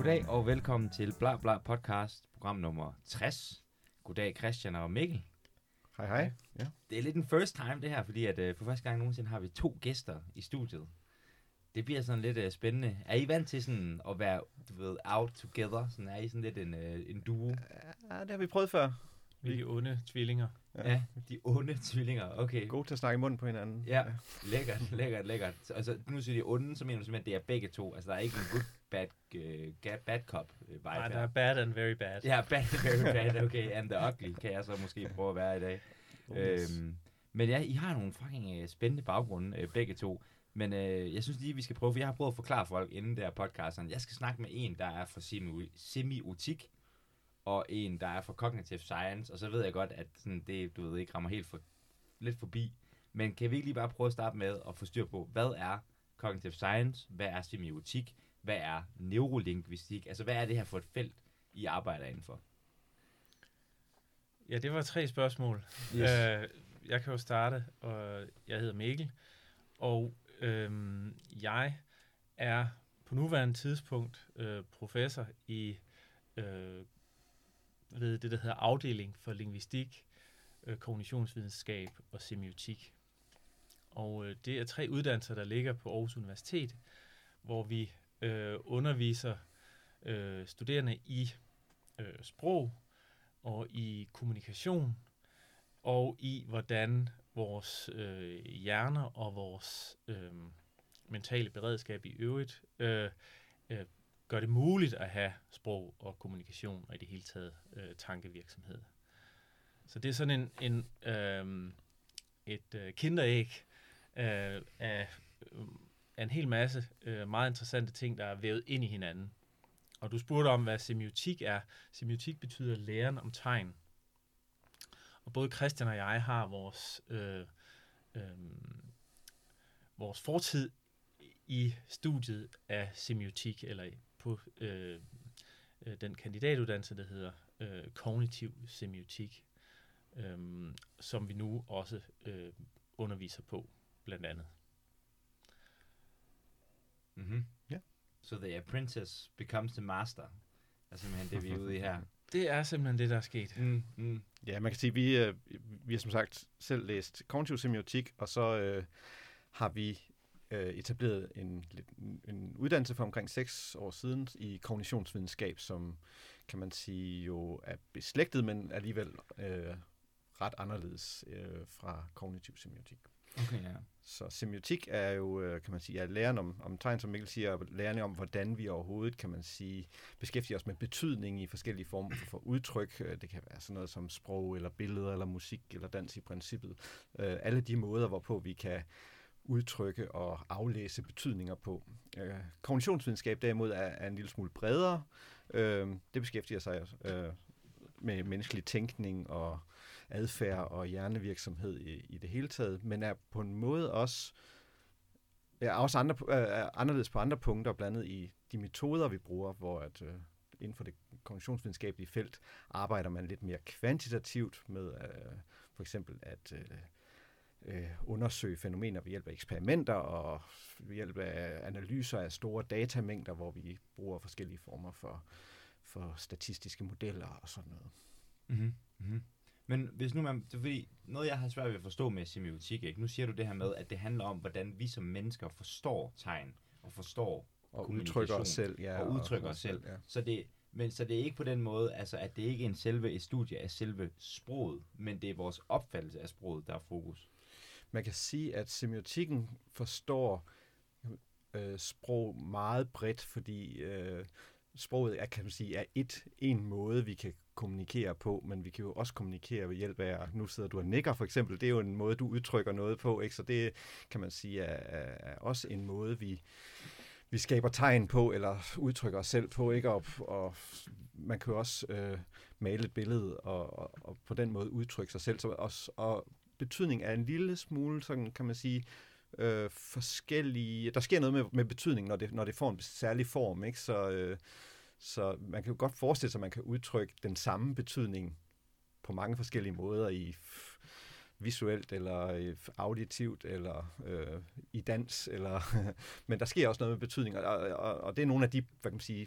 Goddag og velkommen til Bla Bla Podcast, program nummer 60. Goddag Christian og Mikkel. Hej hej. Ja. Det er lidt en first time det her, fordi at for første gang nogensinde har vi 2 gæster i studiet. Det bliver sådan lidt spændende. Er I vant til sådan at være, du ved, out together? Sådan, er I sådan lidt en duo? Ja, det har vi prøvet før. Vi er de onde tvillinger. Ja, de onde tvillinger, okay. Gode til at snakke i munden på hinanden. Ja, lækkert. Altså, nu siger de onde, så mener du simpelthen, at det er begge to. Altså, der er ikke en bad cop vibe. Nej, der er bad and very bad. Ja, bad and very bad, okay. And the ugly kan jeg så måske prøve at være i dag. Men ja, I har nogle fucking spændende baggrunde, begge to. Men jeg synes lige, vi skal prøve, for jeg har prøvet at forklare folk inden der podcasten. Jeg skal snakke med en, der er fra semiotik, og en, der er fra cognitive science, og så ved jeg godt, at sådan, det, du ved, ikke rammer helt lidt forbi. Men kan vi ikke lige bare prøve at starte med at få styr på, hvad er cognitive science, hvad er semiotik, hvad er neurolingvistik, altså hvad er det her for et felt, I arbejder indenfor? Ja, det var 3 spørgsmål. Yes. Jeg kan jo starte, og jeg hedder Mikkel, og jeg er på nuværende tidspunkt professor i ved det, der hedder afdeling for lingvistik, kognitionsvidenskab og semiotik. Og det er 3 uddannelser, der ligger på Aarhus Universitet, hvor vi underviser studerende i sprog og i kommunikation og i hvordan vores hjerner og vores mentale beredskab i øvrigt gør det muligt at have sprog og kommunikation og i det hele taget tankevirksomhed. Så det er sådan et kinderæg af en hel masse meget interessante ting, der er vævet ind i hinanden. Og du spurgte om, hvad semiotik er. Semiotik betyder læren om tegn. Og både Christian og jeg har vores fortid i studiet af semiotik, eller på den kandidatuddannelse, der hedder kognitiv semiotik, som vi nu også underviser på, blandt andet. Mm-hmm. Ja. So the apprentice becomes the master, er simpelthen det, vi er ude i her. Det er simpelthen det, der er sket. Ja, man kan sige, vi har som sagt selv læst kognitiv semiotik, og så har vi etableret en uddannelse for omkring 6 år siden i kognitionsvidenskab, som kan man sige jo er beslægtet, men alligevel ret anderledes fra kognitiv semiotik. Okay, ja. Så semiotik er jo, kan man sige, er læren om tegn, som Mikkel siger, læren om, hvordan vi overhovedet, kan man sige, beskæftiger os med betydning i forskellige former for udtryk. Det kan være sådan noget som sprog, eller billeder, eller musik, eller dans i princippet. Alle de måder, hvorpå vi kan udtrykke og aflæse betydninger på. Kognitionsvidenskab derimod er en lille smule bredere. Det beskæftiger sig med menneskelig tænkning og adfærd og hjernevirksomhed i det hele taget, men er på en måde også anderledes på andre punkter, blandt andet i de metoder, vi bruger, hvor at inden for det kognitionsvidenskabelige felt arbejder man lidt mere kvantitativt med for eksempel at undersøge fænomener ved hjælp af eksperimenter og ved hjælp af analyser af store datamængder, hvor vi bruger forskellige former for statistiske modeller og sådan noget. Mm-hmm. Mm-hmm. Men hvis nu det er fordi, noget jeg har svært ved at forstå med semiotik, ikke? Nu siger du det her med, at det handler om, hvordan vi som mennesker forstår tegn og forstår og udtrykker os selv. Ja, og udtrykker os selv. Ja. Så det er ikke på den måde, altså at det ikke er et studie af selve sproget, men det er vores opfattelse af sproget, der er fokus. Man kan sige, at semiotikken forstår sprog meget bredt, fordi sproget er, kan man sige, er en måde, vi kan kommunikere på, men vi kan jo også kommunikere ved hjælp af, nu sidder du og nikker for eksempel, det er jo en måde, du udtrykker noget på, ikke? Så det kan man sige er også en måde, vi skaber tegn på, eller udtrykker os selv på, ikke? Og man kan jo også male et billede, og på den måde udtrykke sig selv, og betydning er en lille smule, sådan kan man sige, forskellige. Der sker noget med betydning, når det får en særlig form, ikke? Så man kan jo godt forestille sig, at man kan udtrykke den samme betydning på mange forskellige måder i visuelt eller auditivt eller i dans, eller men der sker også noget med betydning, og det er nogle af de, hvad kan man sige,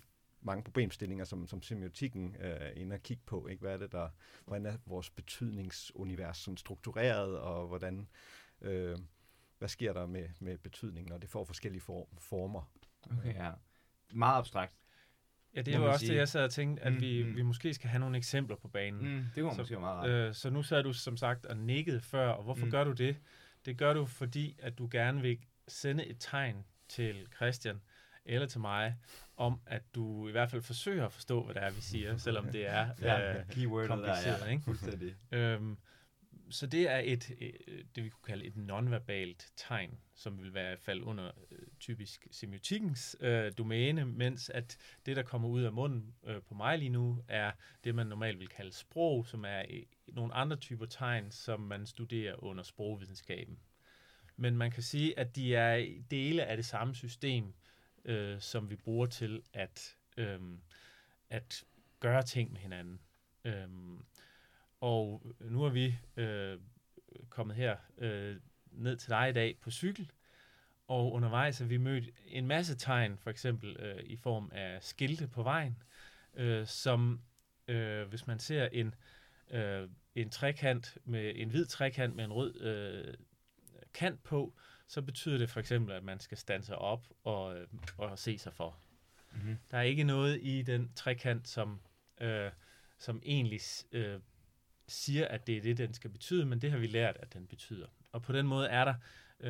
mange problemstillinger, som semiotikken er inde at kigge på. Ikke? Hvordan er vores betydningsunivers sådan struktureret, og hvad sker der med betydning, når det får forskellige former? Okay, ja. Meget abstrakt. Ja, det er jo også det, jeg sad og tænkte, at vi måske skal have nogle eksempler på banen. Det var måske meget så nu sad du som sagt og nikkede før, og hvorfor gør du det? Det gør du, fordi at du gerne vil sende et tegn til Christian eller til mig, om at du i hvert fald forsøger at forstå, hvad det er, vi siger, selvom det er kompliceret. Der, fuldstændig. Så det er det vi kunne kalde et nonverbalt tegn, som vil være falde under typisk semiotikkens domæne, mens at det, der kommer ud af munden på mig lige nu, er det, man normalt vil kalde sprog, som er nogle andre typer tegn, som man studerer under sprogvidenskaben. Men man kan sige, at de er dele af det samme system, som vi bruger til at gøre ting med hinanden. Og nu er vi kommet her ned til dig i dag på cykel, og undervejs har vi mødt en masse tegn, for eksempel i form af skilte på vejen, som hvis man ser en trekant med en hvid trekant med en rød kant på, så betyder det for eksempel, at man skal standse op og se sig for. Mm-hmm. Der er ikke noget i den trekant, som egentlig siger, at det er det, den skal betyde, men det har vi lært, at den betyder. Og på den måde er der,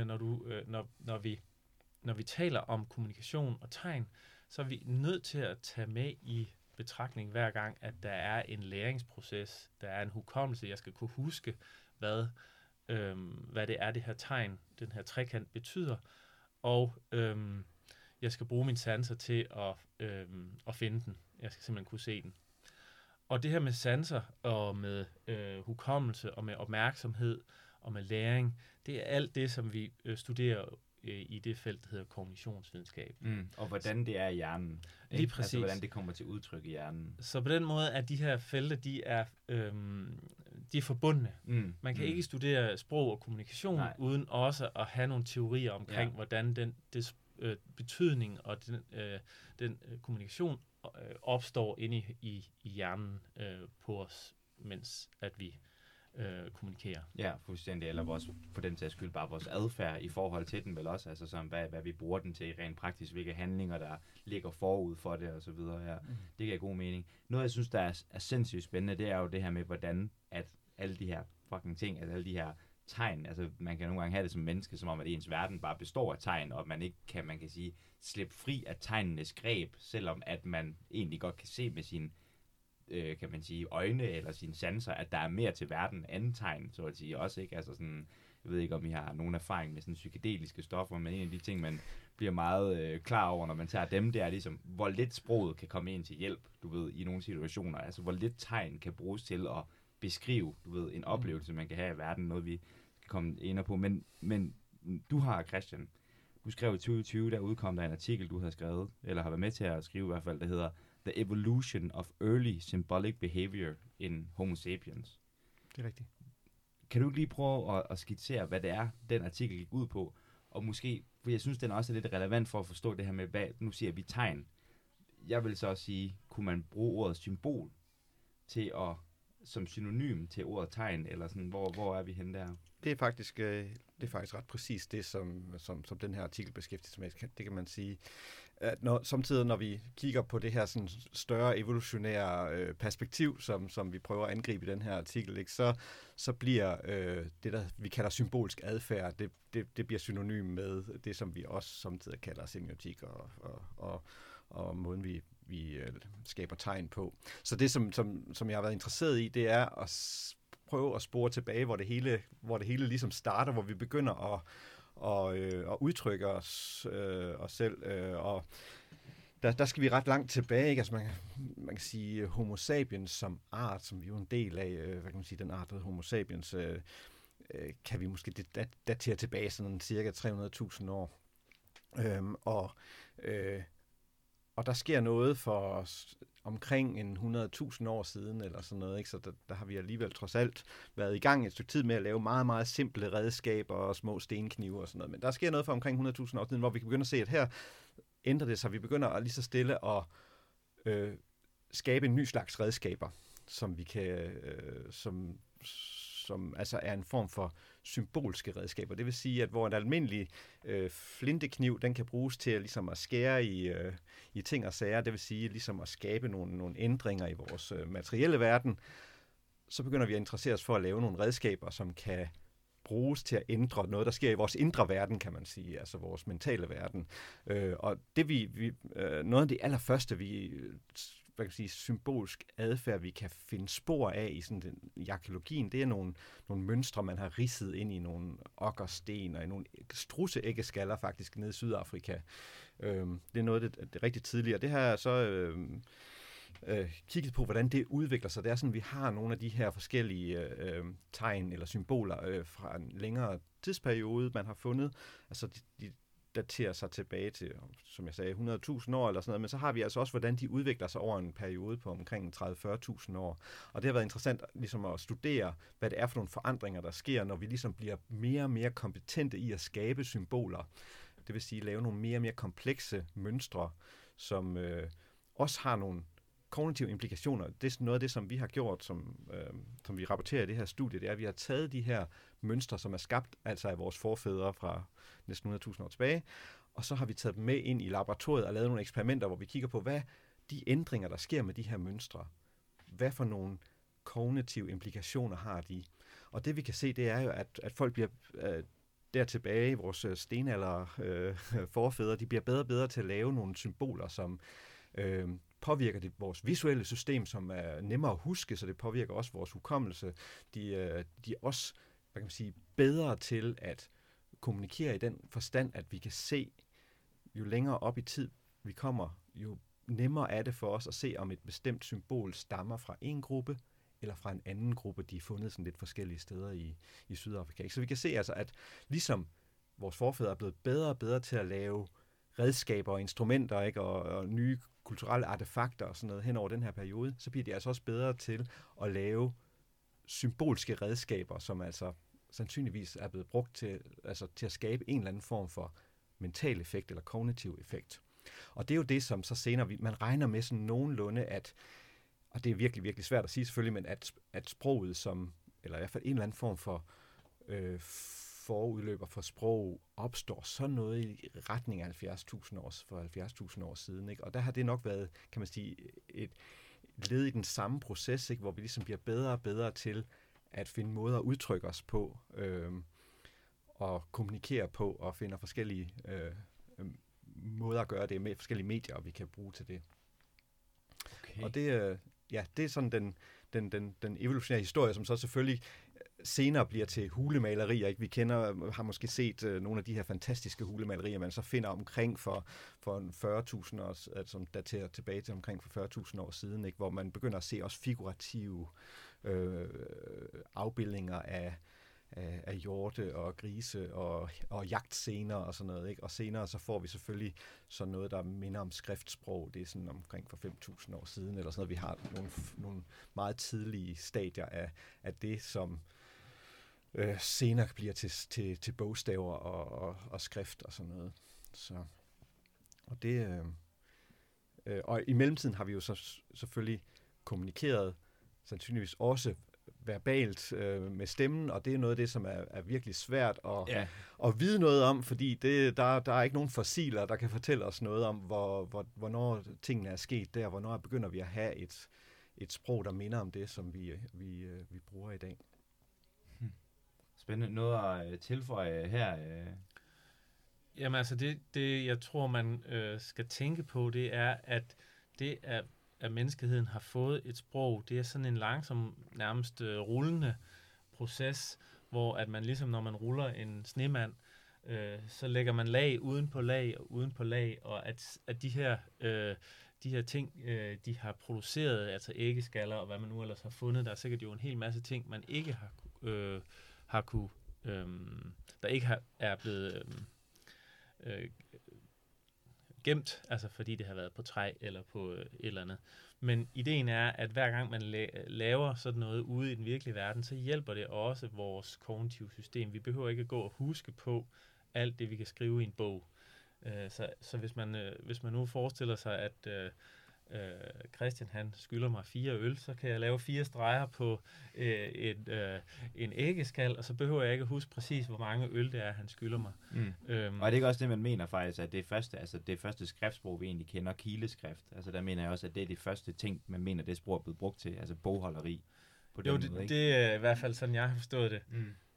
når vi taler om kommunikation og tegn, så er vi nødt til at tage med i betragtning hver gang, at der er en læringsproces, der er en hukommelse. Jeg skal kunne huske, hvad det er, det her tegn, den her trekant betyder, og jeg skal bruge mine sanser til at finde den. Jeg skal simpelthen kunne se den. Og det her med sanser, og med hukommelse, og med opmærksomhed, og med læring, det er alt det, som vi studerer i det felt, der hedder kognitionsvidenskab. Og hvordan det er i hjernen. Lige præcis. Altså, hvordan det kommer til udtryk i hjernen. Så på den måde er de her felter, de er forbundne. Man kan ikke studere sprog og kommunikation, uden også at have nogle teorier omkring, hvordan den betydning og den kommunikation opstår inde i hjernen på os, mens at vi kommunikerer. Ja, fuldstændig. Eller vores, for den sags skyld, bare vores adfærd i forhold til den vel også, altså som hvad vi bruger den til rent praktisk, hvilke handlinger, der ligger forud for det og så videre. Ja. Det giver god mening. Noget, jeg synes, der er sindssygt spændende, det er jo det her med, hvordan at alle de her fucking ting, altså alle de her tegn, altså man kan nogle gange have det som menneske, som om at ens verden bare består af tegn, og man ikke kan, man kan sige, slippe fri af tegnenes greb, selvom at man egentlig godt kan se med sine kan man sige, øjne eller sine sanser, at der er mere til verden end tegn, så at sige også, ikke? Altså sådan, jeg ved ikke, om I har nogen erfaring med sådan psykedeliske stoffer, men en af de ting, man bliver meget klar over, når man tager dem, det er ligesom, hvor lidt sproget kan komme ind til hjælp, du ved, i nogle situationer, altså hvor lidt tegn kan bruges til at beskrive, du ved, en oplevelse, man kan have i verden, noget vi skal komme ind på, men du har, Christian, du skrev i 2020, der udkom der en artikel, du havde skrevet, eller har været med til at skrive i hvert fald, der hedder The Evolution of Early Symbolic Behavior in Homo Sapiens. Det er rigtigt. Kan du lige prøve at skitsere, hvad det er, den artikel gik ud på? Og måske, for jeg synes, den også er lidt relevant for at forstå det her med, hvad nu siger vi tegn. Jeg vil så sige, kunne man bruge ordet symbol til som synonym til ordet tegn, eller sådan, hvor er vi henne der? Det er faktisk ret præcis det, som den her artikel beskæftiger sig med. Det kan man sige. At samtidig, når vi kigger på det her sådan større evolutionære perspektiv, som vi prøver at angribe i den her artikel, ikke, så bliver det, der vi kalder symbolsk adfærd, det bliver synonym med det, som vi også samtidig kalder semiotik og måden, vi skaber tegn på. Så det, som jeg har været interesseret i, det er at prøve at spore tilbage, hvor det hele ligesom starter, hvor vi begynder at udtrykke os selv. Og der skal vi ret langt tilbage. Ikke? Altså man kan sige, Homo sapiens som art, som vi er en del af, hvad kan man sige, den art, der Homo sapiens, kan vi måske datere tilbage sådan cirka 300.000 år. Og der sker noget for os omkring en 100.000 år siden, eller sådan noget, ikke? Så der har vi alligevel trods alt været i gang et stykke tid med at lave meget, meget simple redskaber og små stenknive og sådan noget. Men der sker noget for omkring 100.000 år siden, hvor vi kan begynde at se, at her ændrer det sig. Vi begynder at lige så stille at skabe en ny slags redskaber, som vi kan, som altså er en form for symbolske redskaber. Det vil sige, at hvor en almindelig flintekniv, den kan bruges til ligesom at skære i ting og sager, det vil sige ligesom at skabe nogle ændringer i vores materielle verden, så begynder vi at interessere os for at lave nogle redskaber, som kan bruges til at ændre noget, der sker i vores indre verden, kan man sige, altså vores mentale verden. Og det noget af det allerførste, hvad kan man sige, symbolsk adfærd, vi kan finde spor af i arkeologien, det er nogle mønstre, man har ridset ind i nogle okkersten og i nogle strudseæggeskaller faktisk nede i Sydafrika. Det er noget af det rigtig tidligere. Det har jeg så kigget på, hvordan det udvikler sig. Det er sådan, vi har nogle af de her forskellige tegn eller symboler fra en længere tidsperiode, man har fundet. Altså, de daterer sig tilbage til, som jeg sagde, 100.000 år eller sådan noget, men så har vi altså også, hvordan de udvikler sig over en periode på omkring 30-40.000 år. Og det har været interessant ligesom at studere, hvad det er for nogle forandringer, der sker, når vi ligesom bliver mere og mere kompetente i at skabe symboler. Det vil sige, lave nogle mere og mere komplekse mønstre, som også har nogle kognitive implikationer. Det er noget af det, som vi har gjort, som vi rapporterer i det her studie, det er, at vi har taget de her mønstre, som er skabt altså af vores forfædre fra næsten 100.000 år tilbage, og så har vi taget dem med ind i laboratoriet og lavet nogle eksperimenter, hvor vi kigger på, hvad de ændringer, der sker med de her mønstre, hvad for nogle kognitive implikationer har de. Og det vi kan se, det er jo, at folk bliver der tilbage, vores stenalder forfædre, de bliver bedre og bedre til at lave nogle symboler, som påvirker det vores visuelle system, som er nemmere at huske, så det påvirker også vores hukommelse. De er også, hvad kan man sige, bedre til at kommunikere i den forstand, at vi kan se, jo længere op i tid vi kommer, jo nemmere er det for os at se, om et bestemt symbol stammer fra en gruppe, eller fra en anden gruppe, de er fundet sådan lidt forskellige steder i Sydafrika. Så vi kan se altså, at ligesom vores forfædre er blevet bedre og bedre til at lave redskaber og instrumenter, ikke, og nye kulturelle artefakter og sådan noget hen over den her periode, så bliver de altså også bedre til at lave symbolske redskaber, som altså sandsynligvis er blevet brugt til at skabe en eller anden form for mental effekt eller kognitiv effekt. Og det er jo det, som så senere, man regner med sådan nogenlunde, og det er virkelig, virkelig svært at sige selvfølgelig, men at sproget som, eller i hvert fald en eller anden form for forudløber for sprog, opstår sådan noget i retning af 70.000 år siden. Ikke? Og der har det nok været, kan man sige, et led i den samme proces, ikke? Hvor vi ligesom bliver bedre og bedre til at finde måder at udtrykke os på, og kommunikere på, og finde forskellige måder at gøre det med forskellige medier, vi kan bruge til det. Okay. Og det er sådan den evolutionære historie, som så selvfølgelig senere bliver til hulemalerier. Ikke? Vi har måske set nogle af de her fantastiske hulemalerier, man så finder omkring for 40.000 år, som daterer tilbage til omkring for 40.000 år siden, ikke? Hvor man begynder at se også figurative afbildninger af hjorte og grise og jagtscener og sådan noget. Ikke? Og senere så får vi selvfølgelig sådan noget, der minder om skriftsprog. Det er sådan omkring for 5.000 år siden, eller sådan noget. Vi har nogle meget tidlige stadier af det, som senere bliver til bogstaver og skrift og sådan noget. Så, og det og i mellemtiden har vi jo så selvfølgelig kommunikeret, sandsynligvis også verbalt med stemmen, og det er noget af det, som er virkelig svært at vide noget om, fordi der er ikke nogen fossiler, der kan fortælle os noget om, hvornår tingene er sket der, hvornår begynder vi at have et sprog, der minder om det, som vi bruger i dag. Spændende. Noget at tilføje her? Jamen altså, det jeg tror, man skal tænke på, det er, at det er at menneskeheden har fået et sprog, det er sådan en langsom, nærmest rullende proces, hvor at man ligesom, når man ruller en snemand, så lægger man lag uden på lag og uden på lag, og at de her ting, de har produceret, altså æggeskaller og hvad man nu ellers har fundet, der er sikkert jo en hel masse ting, man ikke har kunne, der ikke er blevet gemt, altså fordi det har været på træ eller på et eller andet. Men ideen er, at hver gang man laver sådan noget ude i den virkelige verden, så hjælper det også vores kognitive system. Vi behøver ikke at gå og huske på alt det, vi kan skrive i en bog. Så hvis man nu forestiller sig, Christian han skylder mig 4 øl, så kan jeg lave 4 streger på en æggeskal, og så behøver jeg ikke at huske præcis, hvor mange øl det er, han skylder mig. Og er det ikke også det, man mener faktisk, at det første skriftsprog, vi egentlig kender, kileskrift, altså der mener jeg også, at det er det første ting, man mener, det sprog er blevet brugt til, altså bogholderi. På den måde, ikke? Det er i hvert fald sådan, jeg har forstået det.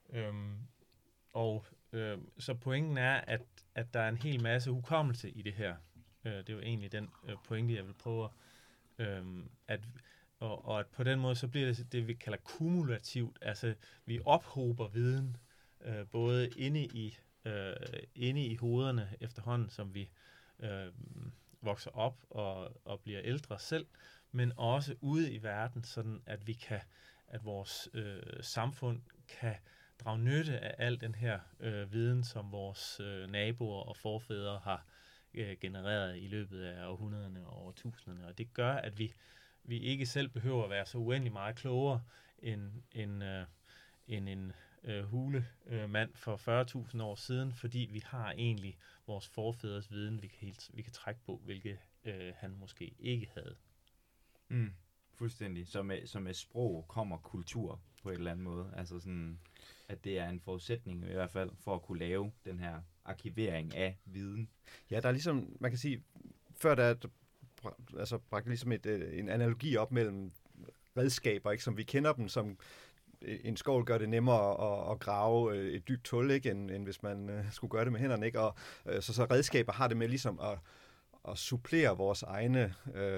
Så pointen er, at der er en hel masse hukommelse i det her. Det er jo egentlig den pointe, jeg vil prøve at på den måde, så bliver det, vi kalder kumulativt. Altså, vi ophober viden, både inde i hovederne efterhånden, som vi vokser op og bliver ældre selv, men også ude i verden, sådan at at vores samfund kan drage nytte af al den her viden, som vores naboer og forfædre har genereret i løbet af århundrederne og årtusinderne. Og det gør, at vi ikke selv behøver at være så uendelig meget klogere end en hulemand for 40.000 år siden, fordi vi har egentlig vores forfædres viden, vi kan trække på, hvilket han måske ikke havde. Fuldstændig. Så med sprog kommer kultur på en eller anden måde. Altså sådan, at det er en forudsætning i hvert fald for at kunne lave den her arkivering af viden. Ja, der er ligesom, man kan sige, før der bragte ligesom en analogi op mellem redskaber, ikke, som vi kender dem, som en skovl gør det nemmere at grave et dybt hul, ikke, end hvis man skulle gøre det med hænderne, ikke? Og så redskaber har det med ligesom at supplere vores egne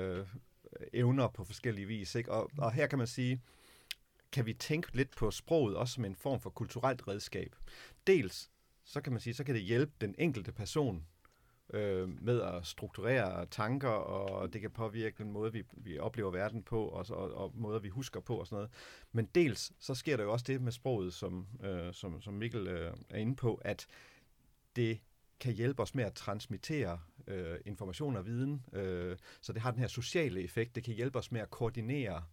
evner på forskellige vis, ikke? Og her kan man sige, kan vi tænke lidt på sproget også som en form for kulturelt redskab. Dels, så kan man sige, så kan det hjælpe den enkelte person med at strukturere tanker, og det kan påvirke den måde, vi oplever verden på, og måder, vi husker på og sådan noget. Men dels, så sker der jo også det med sproget, som Mikkel er inde på, at det kan hjælpe os med at transmittere information og viden. Så det har den her sociale effekt. Det kan hjælpe os med at koordinere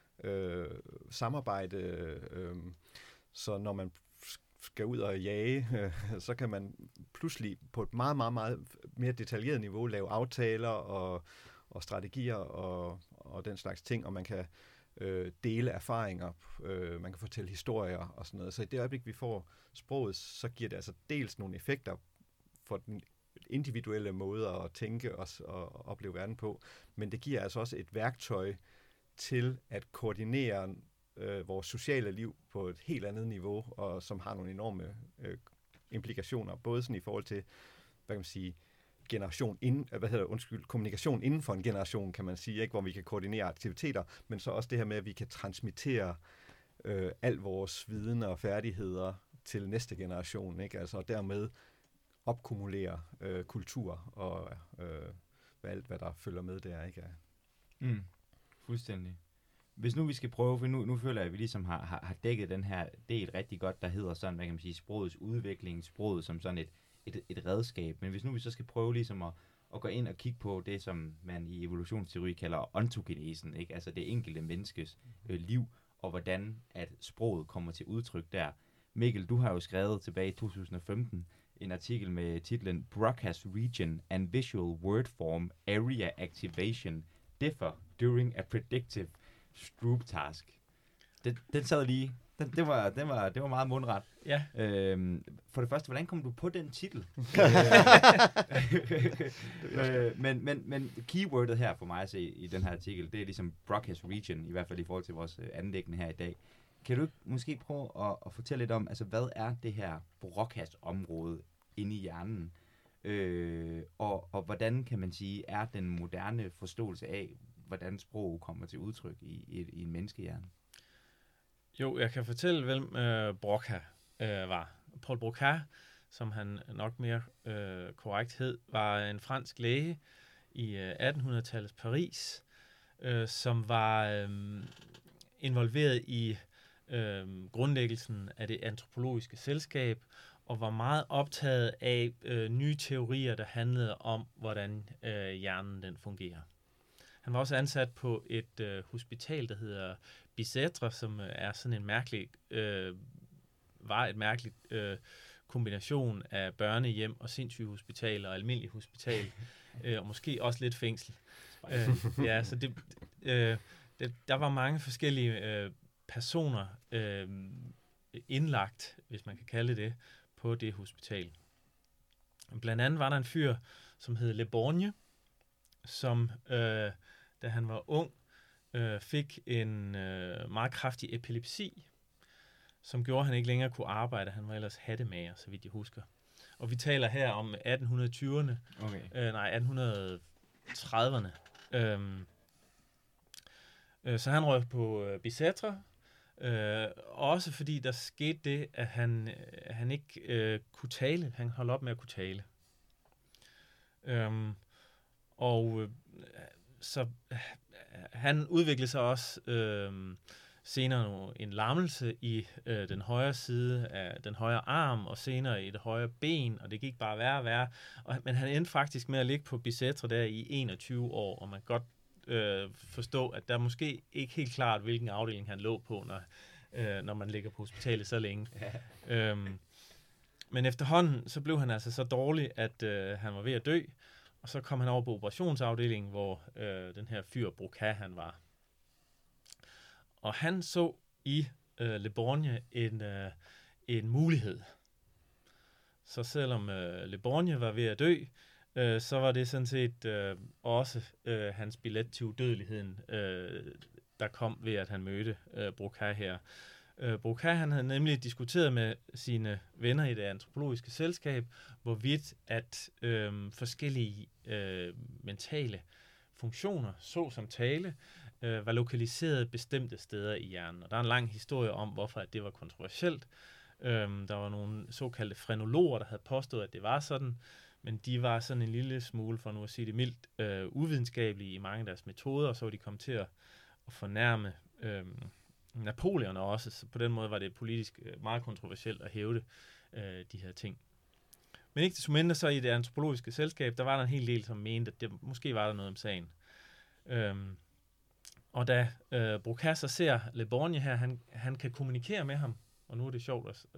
samarbejde. Så når man skal ud og jage, så kan man pludselig på et meget, meget, meget mere detaljeret niveau lave aftaler og strategier og den slags ting, og man kan dele erfaringer, man kan fortælle historier og sådan noget. Så i det øjeblik, vi får sproget, så giver det altså dels nogle effekter for den individuelle måde at tænke og opleve verden på, men det giver altså også et værktøj til at koordinere vores sociale liv på et helt andet niveau, og som har nogle enorme implikationer, både sådan i forhold til, hvad kan man sige, kommunikation inden for en generation, kan man sige, ikke, hvor vi kan koordinere aktiviteter, men så også det her med, at vi kan transmittere al vores viden og færdigheder til næste generation, ikke? Altså, og dermed opkumulere kultur og alt, hvad der følger med der, ikke? Fuldstændig. Hvis nu vi skal prøve, for nu føler jeg, at vi ligesom har dækket den her del rigtig godt, der hedder sådan, hvad kan man sige, sprogets udvikling, sproget som sådan et redskab. Men hvis nu vi så skal prøve ligesom at gå ind og kigge på det, som man i evolutionsteori kalder ontogenesen, ikke? Altså det enkelte menneskes liv, og hvordan at sproget kommer til udtryk der. Mikkel, du har jo skrevet tilbage i 2015 en artikel med titlen Broca's Region and Visual Word Form Area Activation Differ During a Predictive Stroop Task. Den sad lige. Det var meget mundret. Ja. For det første, hvordan kom du på den titel? men keywordet her for mig at se i den her artikel, det er ligesom Broca's Region, i hvert fald i forhold til vores anliggende her i dag. Kan du ikke måske prøve at fortælle lidt om, altså hvad er det her Broca's-område inde i hjernen? Og hvordan, kan man sige, er den moderne forståelse af, hvordan sprog kommer til udtryk i en menneskehjerne? Jo, jeg kan fortælle, hvem Broca var. Paul Broca, som han nok mere korrekt hed, var en fransk læge i 1800-tallets Paris, som var involveret i grundlæggelsen af det antropologiske selskab, og var meget optaget af nye teorier, der handlede om, hvordan hjernen den fungerer. Han var også ansat på et hospital, der hedder Bicêtre, som er sådan en mærkelig, var et mærkeligt kombination af børnehjem og sindssygehospital og almindelig hospital, og måske også lidt fængsel. Ja, så der var mange forskellige personer indlagt, hvis man kan kalde det, på det hospital. Blandt andet var der en fyr, som hed Le Borgne, som, da han var ung, fik en meget kraftig epilepsi, som gjorde, at han ikke længere kunne arbejde. Han var ellers hattemager, så vidt jeg husker. Og vi taler her om 1820'erne, Okay. 1830'erne. Så han røg på Bicêtre, også fordi der skete det, at han ikke kunne tale. Han holdt op med at kunne tale. Så han udviklede sig også senere en lammelse i den højre side af den højre arm, og senere i det højre ben, og det gik bare værre og værre. Men han endte faktisk med at ligge på Bicêtre der i 21 år, og man kan godt forstå, at der er måske ikke helt klart, hvilken afdeling han lå på, når man ligger på hospitalet så længe. Ja. Men efterhånden, så blev han altså så dårlig, at han var ved at dø, og så kom han over på operationsafdelingen, hvor den her fyr Broca, han var. Og han så i Le Borgne en mulighed. Så selvom Le Borgne var ved at dø, så var det sådan set også hans billet til udødeligheden, der kom ved, at han mødte Broca her. Broca, han havde nemlig diskuteret med sine venner i det antropologiske selskab, hvorvidt at forskellige mentale funktioner, såsom tale, var lokaliseret bestemte steder i hjernen. Og der er en lang historie om, hvorfor at det var kontroversielt. Der var nogle såkaldte frenologer, der havde påstået, at det var sådan, men de var sådan en lille smule, for nu at sige det mildt, uvidenskabelige i mange af deres metoder, og så var de kommet til at fornærme Napoleon også, så på den måde var det politisk meget kontroversielt at hævde de her ting. Men ikke desto mindre så i det antropologiske selskab, der var der en hel del, som mente, at det måske var der noget om sagen. Og da Broca så ser Le Borgne her, han kan kommunikere med ham, og nu er det sjovt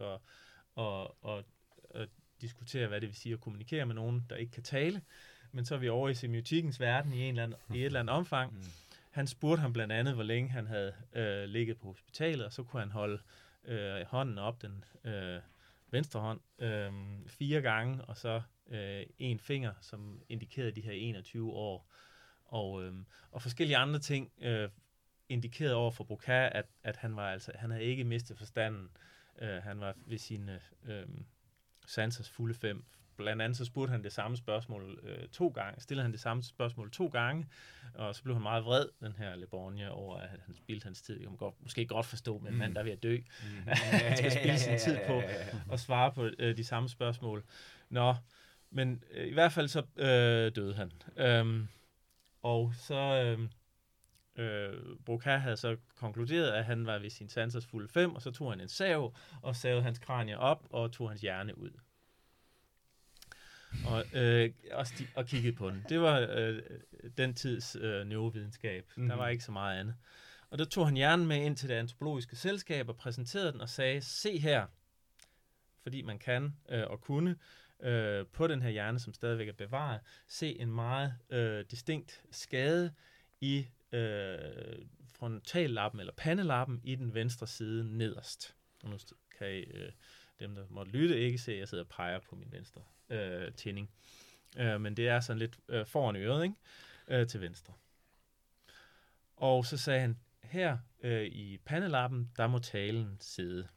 at diskutere, hvad det vil sige at kommunikere med nogen, der ikke kan tale, men så er vi over i semiotikkens verden i et eller andet omfang. Mm. Han spurgte ham blandt andet, hvor længe han havde ligget på hospitalet, og så kunne han holde hånden op, den venstre hånd, 4 gange, og så en finger, som indikerede de her 21 år. Og forskellige andre ting indikerede over for Broca, at han havde ikke mistet forstanden. Han var ved sine sansers fulde 5. Blandt andet så spurgte han det samme spørgsmål 2 gange, stillede han det samme spørgsmål 2 gange, og så blev han meget vred, den her Le Borgne, over at han spildte hans tid. Jeg kan måske godt forstå, men en mand, der er ved at dø, han skal spilde sin tid på at svare på de samme spørgsmål. Nå, men i hvert fald så døde han. Og så Broca havde så konkluderet, at han var ved sin sansers fulde 5, og så tog han en sav, og savede hans kranie op, og tog hans hjerne ud. Og kiggede på den. Det var den tids neurovidenskab. Der var ikke så meget andet. Og der tog han hjernen med ind til det antropologiske selskab og præsenterede den og sagde, se her, fordi man kan og kunne på den her hjerne, som stadigvæk er bevaret, se en meget distinkt skade i frontallappen eller pandelappen i den venstre side nederst. Og nu kan I, dem, der måtte lytte, ikke se, at jeg sidder og peger på min venstre tænding. Men det er sådan lidt foran øret, ikke? Til venstre. Og så sagde han, her i pandelappen, der må talen sidde.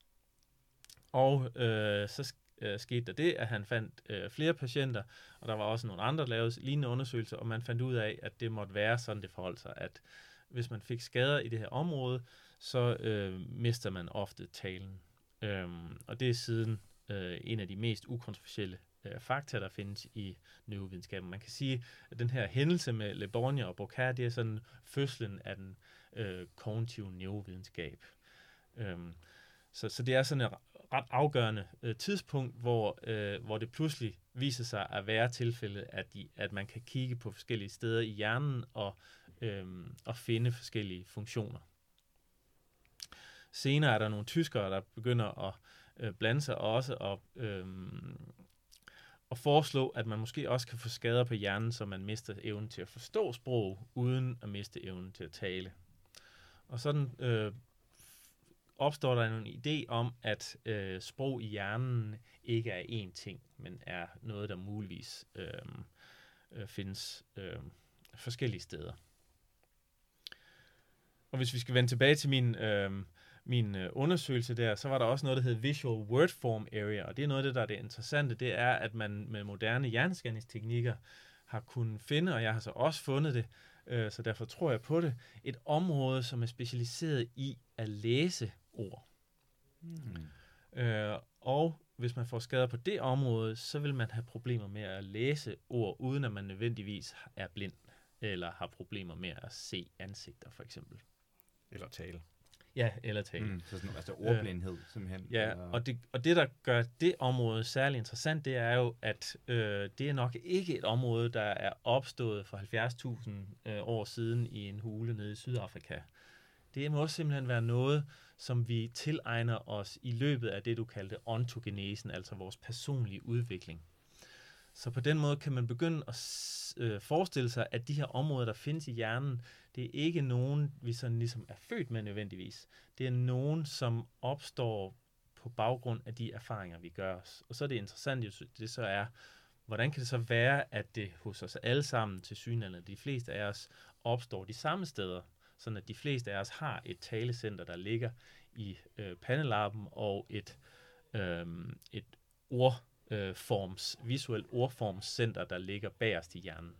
Og så skete der det, at han fandt flere patienter, og der var også nogle andre, der lavede lignende undersøgelser, og man fandt ud af, at det måtte være sådan, det forholdt sig, at hvis man fik skader i det her område, så mister man ofte talen. Og det er siden en af de mest ukontroversielle fakta, der findes i neurovidenskaben. Man kan sige, at den her hændelse med Le Borgne og Broca, det er sådan fødslen af den kognitive neurovidenskab. Så det er sådan et ret afgørende tidspunkt, hvor det pludselig viser sig at være tilfældet, at man kan kigge på forskellige steder i hjernen og finde forskellige funktioner. Senere er der nogle tyskere, der begynder at blande sig også og foreslå, at man måske også kan få skader på hjernen, så man mister evnen til at forstå sprog, uden at miste evnen til at tale. Og sådan opstår der en idé om, at sprog i hjernen ikke er én ting, men er noget, der muligvis findes forskellige steder. Og hvis vi skal vende tilbage til min undersøgelse der, så var der også noget, der hed Visual Word Form Area, og det er noget af det, der er det interessante, det er, at man med moderne hjerneskanningsteknikker har kunnet finde, og jeg har så også fundet det, så derfor tror jeg på det, et område, som er specialiseret i at læse ord. Og hvis man får skader på det område, så vil man have problemer med at læse ord, uden at man nødvendigvis er blind, eller har problemer med at se ansigter, for eksempel. Eller tale. Ja, eller tale. Så sådan, altså ordblindhed, simpelthen. Ja, eller... og det, der gør det område særlig interessant, det er jo, at det er nok ikke et område, der er opstået for 70.000 år siden i en hule nede i Sydafrika. Det må simpelthen være noget, som vi tilegner os i løbet af det, du kaldte ontogenesen, altså vores personlige udvikling. Så på den måde kan man begynde at forestille sig, at de her områder, der findes i hjernen, det er ikke nogen, vi sådan ligesom er født med nødvendigvis. Det er nogen, som opstår på baggrund af de erfaringer, vi gør os. Og så er det interessant, det så er, hvordan kan det så være, at det hos os alle sammen, tilsyneladende de fleste af os, opstår de samme steder, sådan at de fleste af os har et talecenter, der ligger i pandelappen, og et visuelt ordformscenter, der ligger bagerst i hjernen.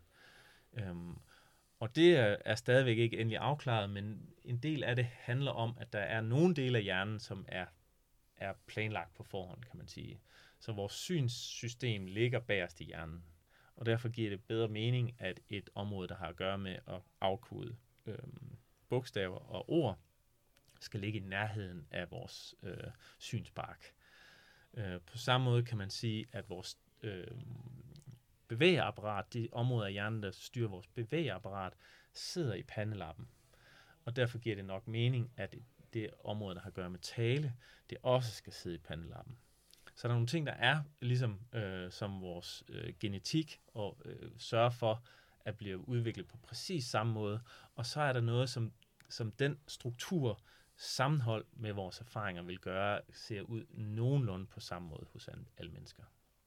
Og det er stadigvæk ikke endelig afklaret, men en del af det handler om, at der er nogle dele af hjernen, som er planlagt på forhånd, kan man sige. Så vores synssystem ligger bagerst i hjernen. Og derfor giver det bedre mening, at et område, der har at gøre med at afkode bogstaver og ord, skal ligge i nærheden af vores synsbark. På samme måde kan man sige, at vores bevægeapparat, de områder af hjernen, der styrer vores bevægeapparat, sidder i pandelappen. Og derfor giver det nok mening, at det område, der har at gøre med tale, det også skal sidde i pandelappen. Så der er nogle ting, der er ligesom som vores genetik, og sørger for at blive udviklet på præcis samme måde. Og så er der noget, som den struktur, sammenhold med vores erfaringer vil gøre, ser ud nogenlunde på samme måde hos alle mennesker.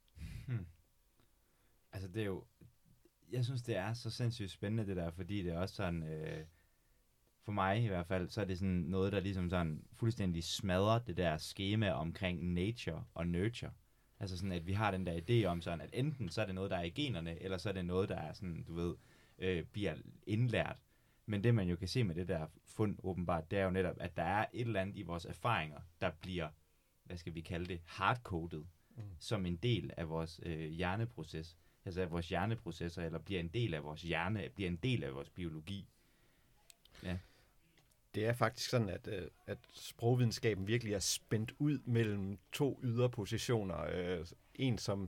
Altså det er jo, jeg synes det er så sindssygt spændende det der, fordi det er også sådan, for mig i hvert fald, så er det sådan noget, der ligesom sådan fuldstændig smadrer det der skema omkring nature og nurture. Altså sådan, at vi har den der idé om sådan, at enten så er det noget, der er i generne, eller så er det noget, der er sådan, du ved, bliver indlært. Men det man jo kan se med det der fund åbenbart, det er jo netop, at der er et eller andet i vores erfaringer, der bliver, hvad skal vi kalde det, hardcoded, som en del af vores hjerneproces. Altså af vores hjerneprocesser, eller bliver en del af vores hjerne, bliver en del af vores biologi. Ja. Det er faktisk sådan, at sprogvidenskaben virkelig er spændt ud mellem to yderpositioner. En, som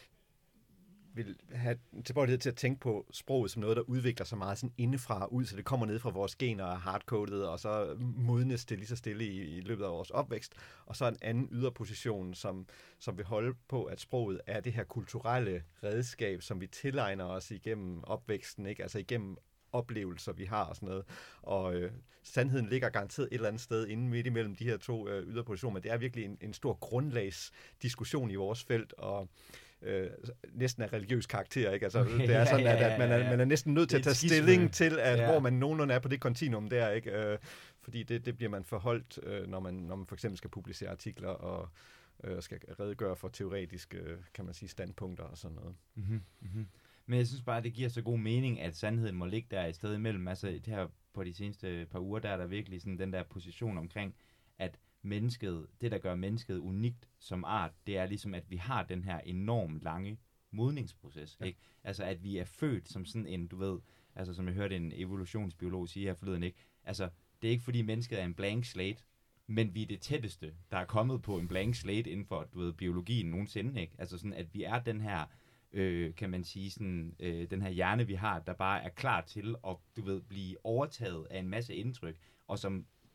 vil have tilbøjelighed til at tænke på sproget som noget, der udvikler sig meget sådan indefra ud, så det kommer ned fra vores gener og er hardcoded, og så modnes det lige så stille i løbet af vores opvækst. Og så en anden yderposition, som vil holde på, at sproget er det her kulturelle redskab, som vi tilegner os igennem opvæksten, ikke? Altså igennem oplevelser, vi har og sådan noget. Og sandheden ligger garanteret et eller andet sted inde midt imellem de her to yderpositioner, men det er virkelig en stor grundlagsdiskussion i vores felt, og næsten af religiøs karakter, ikke? Altså, det er sådan, at man er næsten nødt til at tage stilling til, at hvor man nogenlunde er på det kontinuum der, ikke? Fordi det bliver man forholdt, når man for eksempel skal publicere artikler og skal redegøre for teoretiske, kan man sige, standpunkter og sådan noget. Men jeg synes bare, at det giver så god mening, at sandheden må ligge der i stedet imellem. Altså det her på de seneste par uger, der er der virkelig sådan den der position omkring, at mennesket, det der gør mennesket unikt som art, det er ligesom, at vi har den her enormt lange modningsproces, ikke? Altså at vi er født som sådan en, du ved, altså som jeg hørte en evolutionsbiolog sige her forleden, ikke? Altså det er ikke fordi mennesket er en blank slate, men vi er det tætteste, der er kommet på en blank slate inden for, du ved, biologien nogensinde, ikke? Altså sådan, at vi er den her, kan man sige, sådan, den her hjerne, vi har, der bare er klar til at, du ved, blive overtaget af en masse indtryk, og som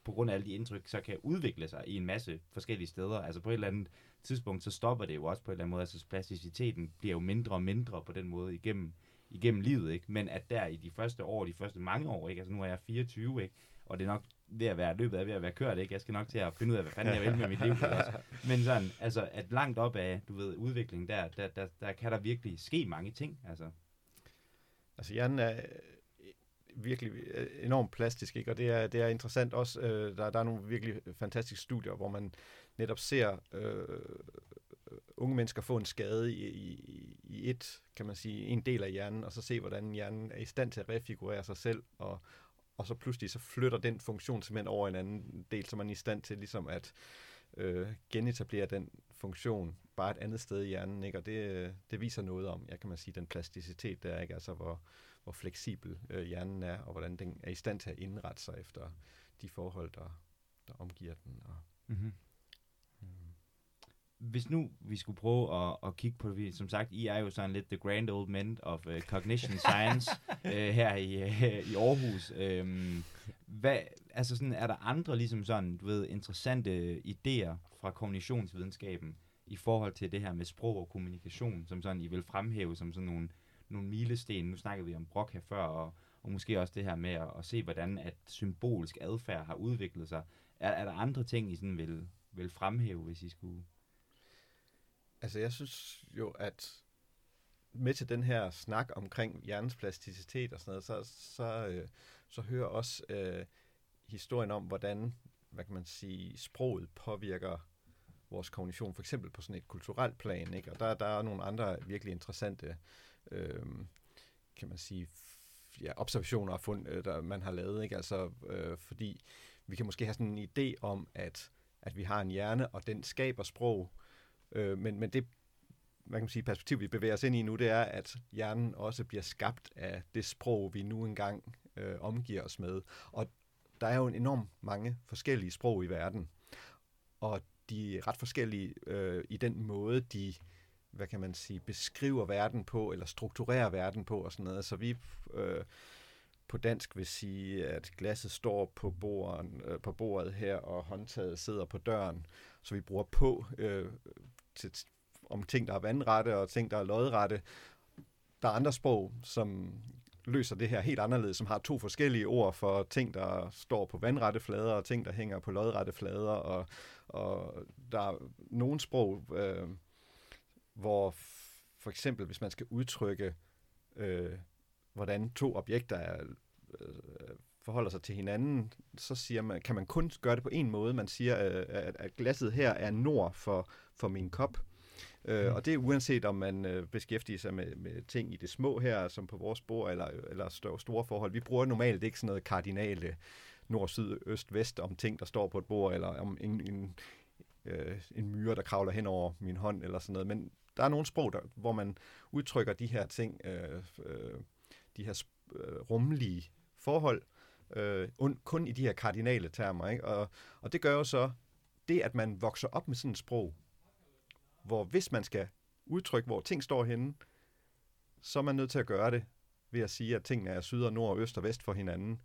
på grund af alle de indtryk, så kan udvikle sig i en masse forskellige steder. Altså på et eller andet tidspunkt, så stopper det jo også på en eller anden måde. Altså plasticiteten bliver jo mindre og mindre på den måde igennem livet, ikke? Men at der i de første år, de første mange år, ikke? Altså nu er jeg 24, ikke? Og det er nok ved at være løbet af ved at være kørt, ikke? Jeg skal nok til at finde ud af, hvad fanden jeg vil med mit liv. Også. Men sådan, altså at langt op af, du ved, udviklingen der kan der virkelig ske mange ting, altså. Altså hjernen er virkelig enormt plastisk, ikke? Og det er interessant også. Der er nogle virkelig fantastiske studier, hvor man netop ser unge mennesker få en skade i kan man sige, en del af hjernen, og så se, hvordan hjernen er i stand til at refigurere sig selv, og så pludselig så flytter den funktion simpelthen over en anden del, så man er i stand til ligesom at genetablere den funktion bare et andet sted i hjernen, ikke? Og det viser noget om, kan man sige, den plasticitet der, ikke? Altså hvor fleksibel hjernen er, og hvordan den er i stand til at indrette sig efter de forhold, der omgiver den. Og Hvis nu vi skulle prøve at kigge på det, som sagt, I er jo sådan lidt the grand old men of cognition science her i Aarhus. Altså sådan, er der andre ligesom sådan, du ved, interessante idéer fra kognitionsvidenskaben i forhold til det her med sprog og kommunikation, som sådan I vil fremhæve som sådan nogle milesten? Nu snakkede vi om Brock her før, og måske også det her med at se, hvordan at symbolsk adfærd har udviklet sig. Er der andre ting, I sådan vil fremhæve, hvis I skulle? Altså jeg synes jo, at med til den her snak omkring hjernens plasticitet og sådan noget, så hører også historien om, hvordan, hvad kan man sige, sproget påvirker vores kognition, for eksempel på sådan et kulturelt plan, ikke? Og der er nogle andre virkelig interessante, kan man sige, observationer og fund, der man har lavet, ikke? Altså, fordi vi kan måske have sådan en idé om, at vi har en hjerne, og den skaber sprog, men det, hvad kan man sige, perspektiv, vi bevæger os ind i nu, det er, at hjernen også bliver skabt af det sprog, vi nu engang omgiver os med. Og der er jo en enormt mange forskellige sprog i verden, og de er ret forskellige i den måde, de, hvad kan man sige, beskriver verden på, eller strukturerer verden på, og sådan noget. Så vi på dansk vil sige, at glasset står på bordet her, og håndtaget sidder på døren, så vi bruger på om ting, der er vandrette, og ting, der er lodrette. Der er andre sprog, som løser det her helt anderledes, som har 2 forskellige ord for ting, der står på vandrette flader, og ting, der hænger på lodrette flader, og der er nogle sprog, hvor for eksempel, hvis man skal udtrykke, hvordan 2 objekter forholder sig til hinanden, så siger man, kan man kun gøre det på en måde. Man siger, at glasset her er nord for min kop. Og det er uanset om man beskæftiger sig med ting i det små her, som på vores bord, eller store forhold. Vi bruger normalt ikke sådan noget kardinale nord, syd, øst, vest om ting, der står på et bord, eller om en myre, der kravler hen over min hånd, eller sådan noget. Men der er nogle sprog, hvor man udtrykker de her ting, de her rummelige forhold, kun i de her kardinale termer, ikke? Og det gør jo så, det at man vokser op med sådan et sprog, hvor hvis man skal udtrykke, hvor ting står henne, så er man nødt til at gøre det ved at sige, at tingene er syd og nord, øst og vest for hinanden.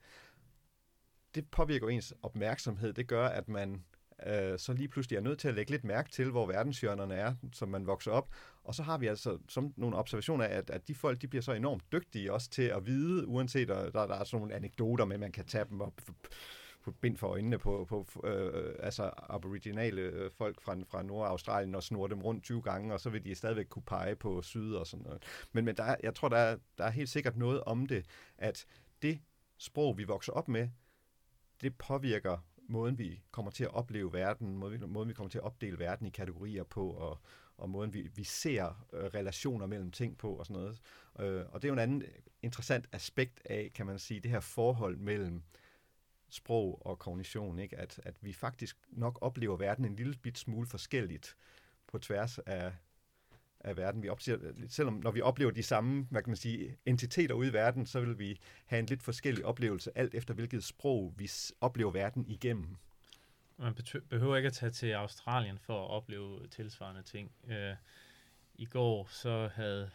Det påvirker ens opmærksomhed. Det gør, at man så lige pludselig er nødt til at lægge lidt mærke til, hvor verdenshjørnerne er, som man vokser op. Og så har vi altså som nogle observationer af, at de folk, de bliver så enormt dygtige også til at vide, uanset der er sådan nogle anekdoter med, at man kan tage dem op på bind for øjnene på altså aboriginale folk fra Nordaustralien og snurre dem rundt 20 gange, og så vil de stadigvæk kunne pege på syd og sådan noget. Men jeg tror, der er helt sikkert noget om det, at det sprog, vi vokser op med, det påvirker måden, vi kommer til at opleve verden, måden, vi kommer til at opdele verden i kategorier på, og måden, vi ser relationer mellem ting på og sådan noget. Og det er jo en anden interessant aspekt af, kan man sige, det her forhold mellem sprog og kognition, ikke? At vi faktisk nok oplever verden en lille bit smule forskelligt på tværs af verden. Selvom når vi oplever de samme, hvad kan man sige, entiteter ude i verden, så vil vi have en lidt forskellig oplevelse, alt efter hvilket sprog vi oplever verden igennem. Man behøver ikke at tage til Australien for at opleve tilsvarende ting. I går så havde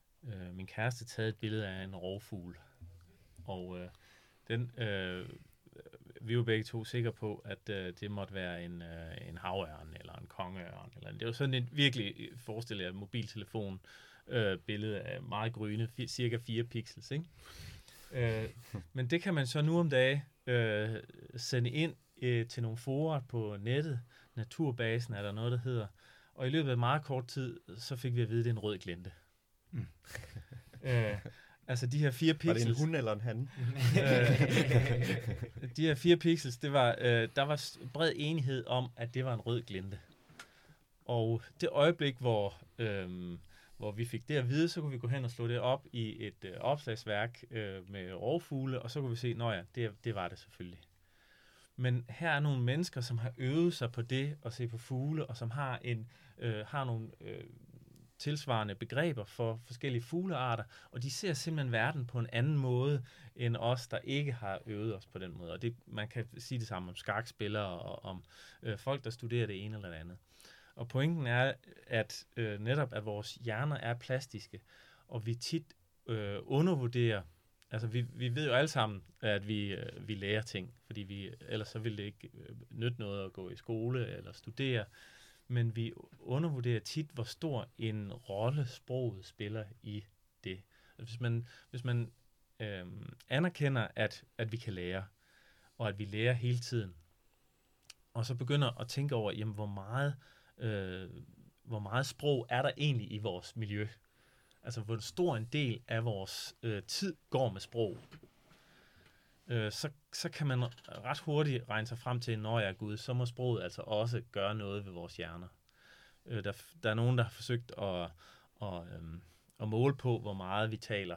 min kæreste taget et billede af en rovfugl, og den vi var begge to sikre på, at det måtte være en havørn eller en kongeørn. Det var sådan et virkelig, forestil jer, mobiltelefon billede af meget gryne, cirka 4 pixels, ikke? Men det kan man så nu om dagen sende ind til nogle forer på nettet. Naturbasen er der noget, der hedder. Og i løbet af meget kort tid, så fik vi at vide, at det er en rød glente. Altså de her 4 pixels... Var det en hund eller en han? De her 4 pixels, det var, der var bred enighed om, at det var en rød glente. Og det øjeblik, hvor vi fik det at vide, så kunne vi gå hen og slå det op i et opslagsværk med rovfugle, og så kunne vi se, nå ja, det var det selvfølgelig. Men her er nogle mennesker, som har øvet sig på det at se på fugle, og som har nogle tilsvarende begreber for forskellige fuglearter, og de ser simpelthen verden på en anden måde, end os, der ikke har øvet os på den måde. Og man kan sige det samme om skakspillere og om folk, der studerer det ene eller det andet. Og pointen er, at netop at vores hjerner er plastiske, og vi tit undervurderer. Altså vi ved jo alle sammen, at vi lærer ting, fordi ellers så ville det ikke nytte noget at gå i skole eller studere. Men vi undervurderer tit, hvor stor en rolle sproget spiller i det. Hvis man anerkender, at vi kan lære, og at vi lærer hele tiden, og så begynder at tænke over, jamen, hvor meget sprog er der egentlig i vores miljø? Altså, hvor stor en del af vores tid går med sprog. Så kan man ret hurtigt regne sig frem til, når jeg er Gud, så må sproget altså også gøre noget ved vores hjerner. Der er nogen, der har forsøgt at måle på, hvor meget vi taler.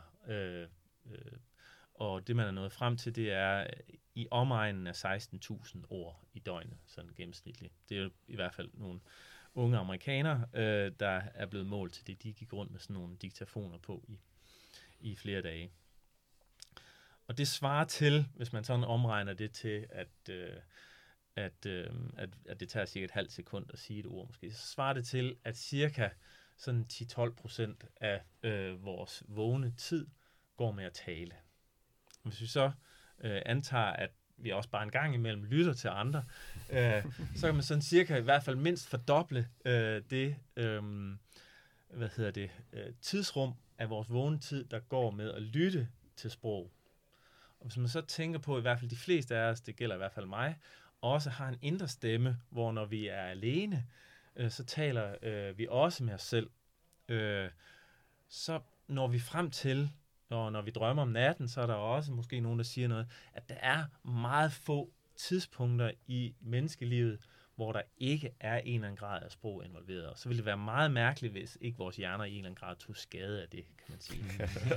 Og det, man er nået frem til, det er i omegnen af 16.000 ord i døgnet, sådan gennemsnitligt. Det er jo i hvert fald nogle unge amerikanere, der er blevet målt til det. De gik rundt med sådan nogle diktafoner på i flere dage. Og det svarer til, hvis man sådan omregner det til, at det tager cirka et halvt sekund at sige et ord måske, så svarer det til, at cirka sådan 10-12% af vores vågne tid går med at tale. Hvis vi så antager, at vi også bare en gang imellem lytter til andre, så kan man sådan cirka i hvert fald mindst fordoble tidsrum af vores vågne tid, der går med at lytte til sprog. Og hvis man så tænker på, i hvert fald de fleste af os, det gælder i hvert fald mig, også har en indre stemme, hvor når vi er alene, så taler vi også med os selv. Så når vi frem til, og når vi drømmer om natten, så er der også måske nogen, der siger noget, at der er meget få tidspunkter i menneskelivet, hvor der ikke er en eller anden grad af sprog involveret. Og så ville det være meget mærkeligt, hvis ikke vores hjerner i en eller anden grad tog skade af det, kan man sige.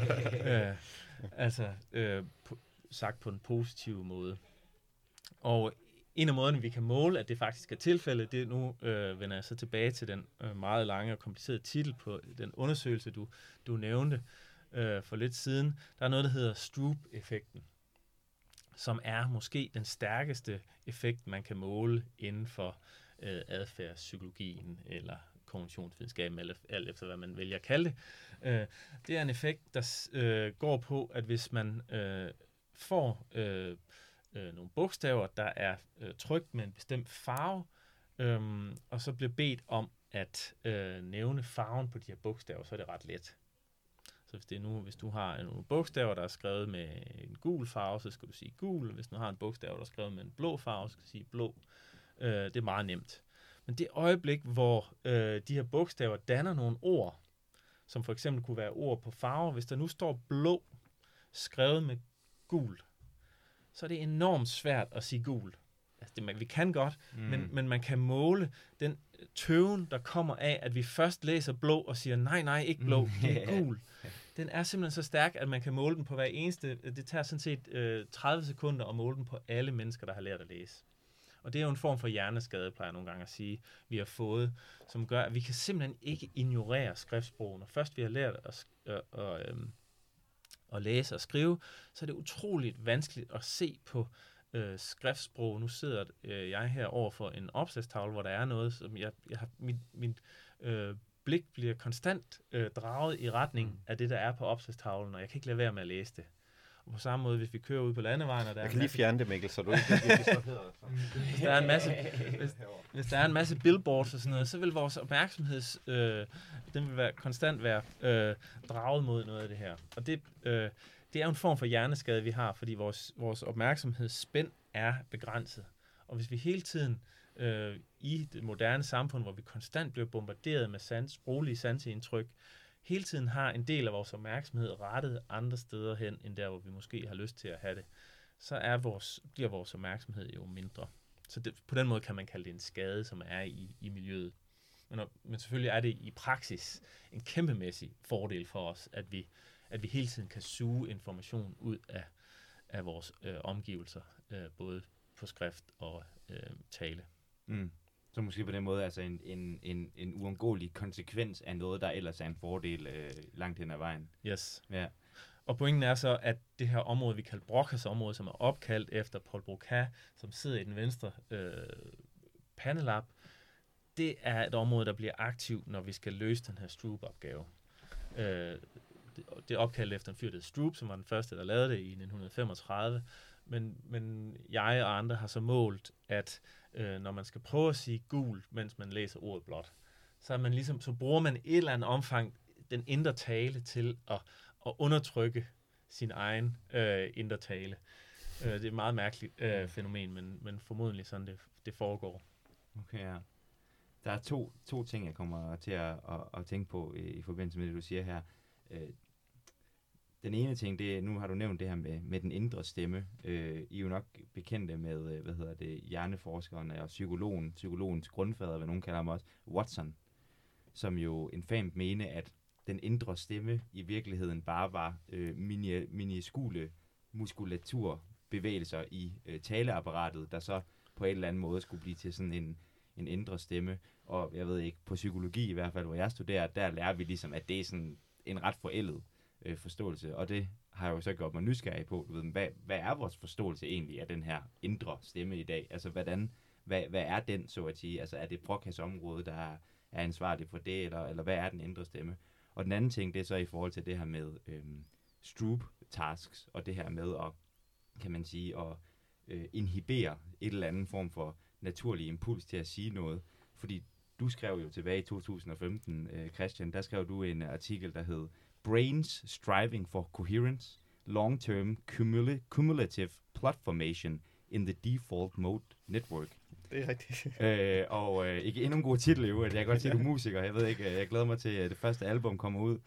Sagt på en positiv måde. Og en af måderne, vi kan måle, at det faktisk er tilfældet, det nu vender jeg så tilbage til den meget lange og komplicerede titel på den undersøgelse, du nævnte for lidt siden. Der er noget, der hedder Stroop-effekten, som er måske den stærkeste effekt, man kan måle inden for adfærdspsykologien eller kognitionsvidenskaben, eller alt efter hvad man vælger at kalde det. Det er en effekt, der går på, at hvis man får nogle bogstaver, der er trykt med en bestemt farve, og så bliver bedt om at nævne farven på de her bogstaver, så er det ret let. Så hvis du har nogle bogstaver, der er skrevet med en gul farve, så skal du sige gul. Hvis du har en bogstav, der er skrevet med en blå farve, så skal du sige blå. Det er meget nemt. Men det øjeblik, hvor de her bogstaver danner nogle ord, som for eksempel kunne være ord på farve, hvis der nu står blå, skrevet med gul, så er det enormt svært at sige gul. Altså vi kan godt, men man kan måle den tøven, der kommer af, at vi først læser blå og siger, nej, ikke blå, det er gul. Den er simpelthen så stærk, at man kan måle den på hver eneste. Det tager sådan set 30 sekunder at måle den på alle mennesker, der har lært at læse. Og det er jo en form for hjerneskade, plejer jeg nogle gange at sige, vi har fået, som gør, at vi kan simpelthen ikke ignorere skriftsproget. Når først vi har lært at læse og skrive, så er det utroligt vanskeligt at se på skriftsprog. Nu sidder jeg her over for en opslagstavle, hvor der er noget, som jeg har min blik bliver konstant draget i retning af det, der er på opslagstavlen, og jeg kan ikke lade være med at læse det. Og på samme måde, hvis vi kører ud på landevejen, og der jeg kan lige fjerne det, Mikkel, så du ikke så hedder. Hvis der er en masse, hvis der er en masse billboards og sådan noget, så vil vores den vil konstant være draget mod noget af det her. Og det er jo en form for hjerneskade, vi har, fordi vores opmærksomhedsspænd er begrænset. Og hvis vi hele tiden i det moderne samfund, hvor vi konstant bliver bombarderet med sproglige sanseindtryk, hele tiden har en del af vores opmærksomhed rettet andre steder hen, end der, hvor vi måske har lyst til at have det, så bliver vores opmærksomhed jo mindre. Så på den måde kan man kalde det en skade, som er i miljøet. Men selvfølgelig er det i praksis en kæmpemæssig fordel for os, at vi hele tiden kan suge information ud af vores omgivelser, både på skrift og tale. Mm. Så måske på den måde altså en uundgåelig konsekvens af noget, der ellers er en fordel langt hen ad vejen. Yes. Ja. Og pointen er så, at det her område, vi kalder Broca's område, som er opkaldt efter Paul Broca, som sidder i den venstre pandelap, det er et område, der bliver aktivt, når vi skal løse den her Stroop-opgave. Det er opkaldt efter en fyr, der hedder Stroop, som var den første, der lavede det i 1935. Men jeg og andre har så målt, at når man skal prøve at sige gul, mens man læser ordet blåt, så bruger man et eller andet omfang den indre tale til at undertrykke sin egen indre tale. Det er et meget mærkeligt fænomen, men formodentlig sådan det foregår. Okay, ja. Der er to ting, jeg kommer til at tænke på i forbindelse med det, du siger her. Den ene ting, det er, nu har du nævnt det her med den indre stemme. I er jo nok bekendte med, hjerneforskeren og psykologens grundfader, hvad nogen kalder ham også, Watson, som jo infamt mene, at den indre stemme i virkeligheden bare var miniskule muskulaturbevægelser i taleapparatet, der så på en eller anden måde skulle blive til sådan en indre stemme. Og jeg ved ikke, på psykologi i hvert fald, hvor jeg studerer, der lærer vi ligesom, at det er sådan en ret forældet forståelse, og det har jeg jo så gjort mig nysgerrig på. Du ved, hvad er vores forståelse egentlig af den her indre stemme i dag? Altså, hvad er den, så at sige? Altså, er det Broca's område, der er ansvarlig for det, eller hvad er den indre stemme? Og den anden ting, det er så i forhold til det her med Stroop tasks, og det her med at, kan man sige, at inhibere et eller andet form for naturlig impuls til at sige noget. Fordi du skrev jo tilbage i 2015, Christian, der skrev du en artikel, der hed Brains Striving for Coherence, Long-Term Cumulative Plot Formation in the Default Mode Network. Det er rigtigt. Ikke endnu en god titel i øvrigt. Jeg kan godt se, du er musiker. Jeg ved ikke, jeg glæder mig til, at det første album kommer ud.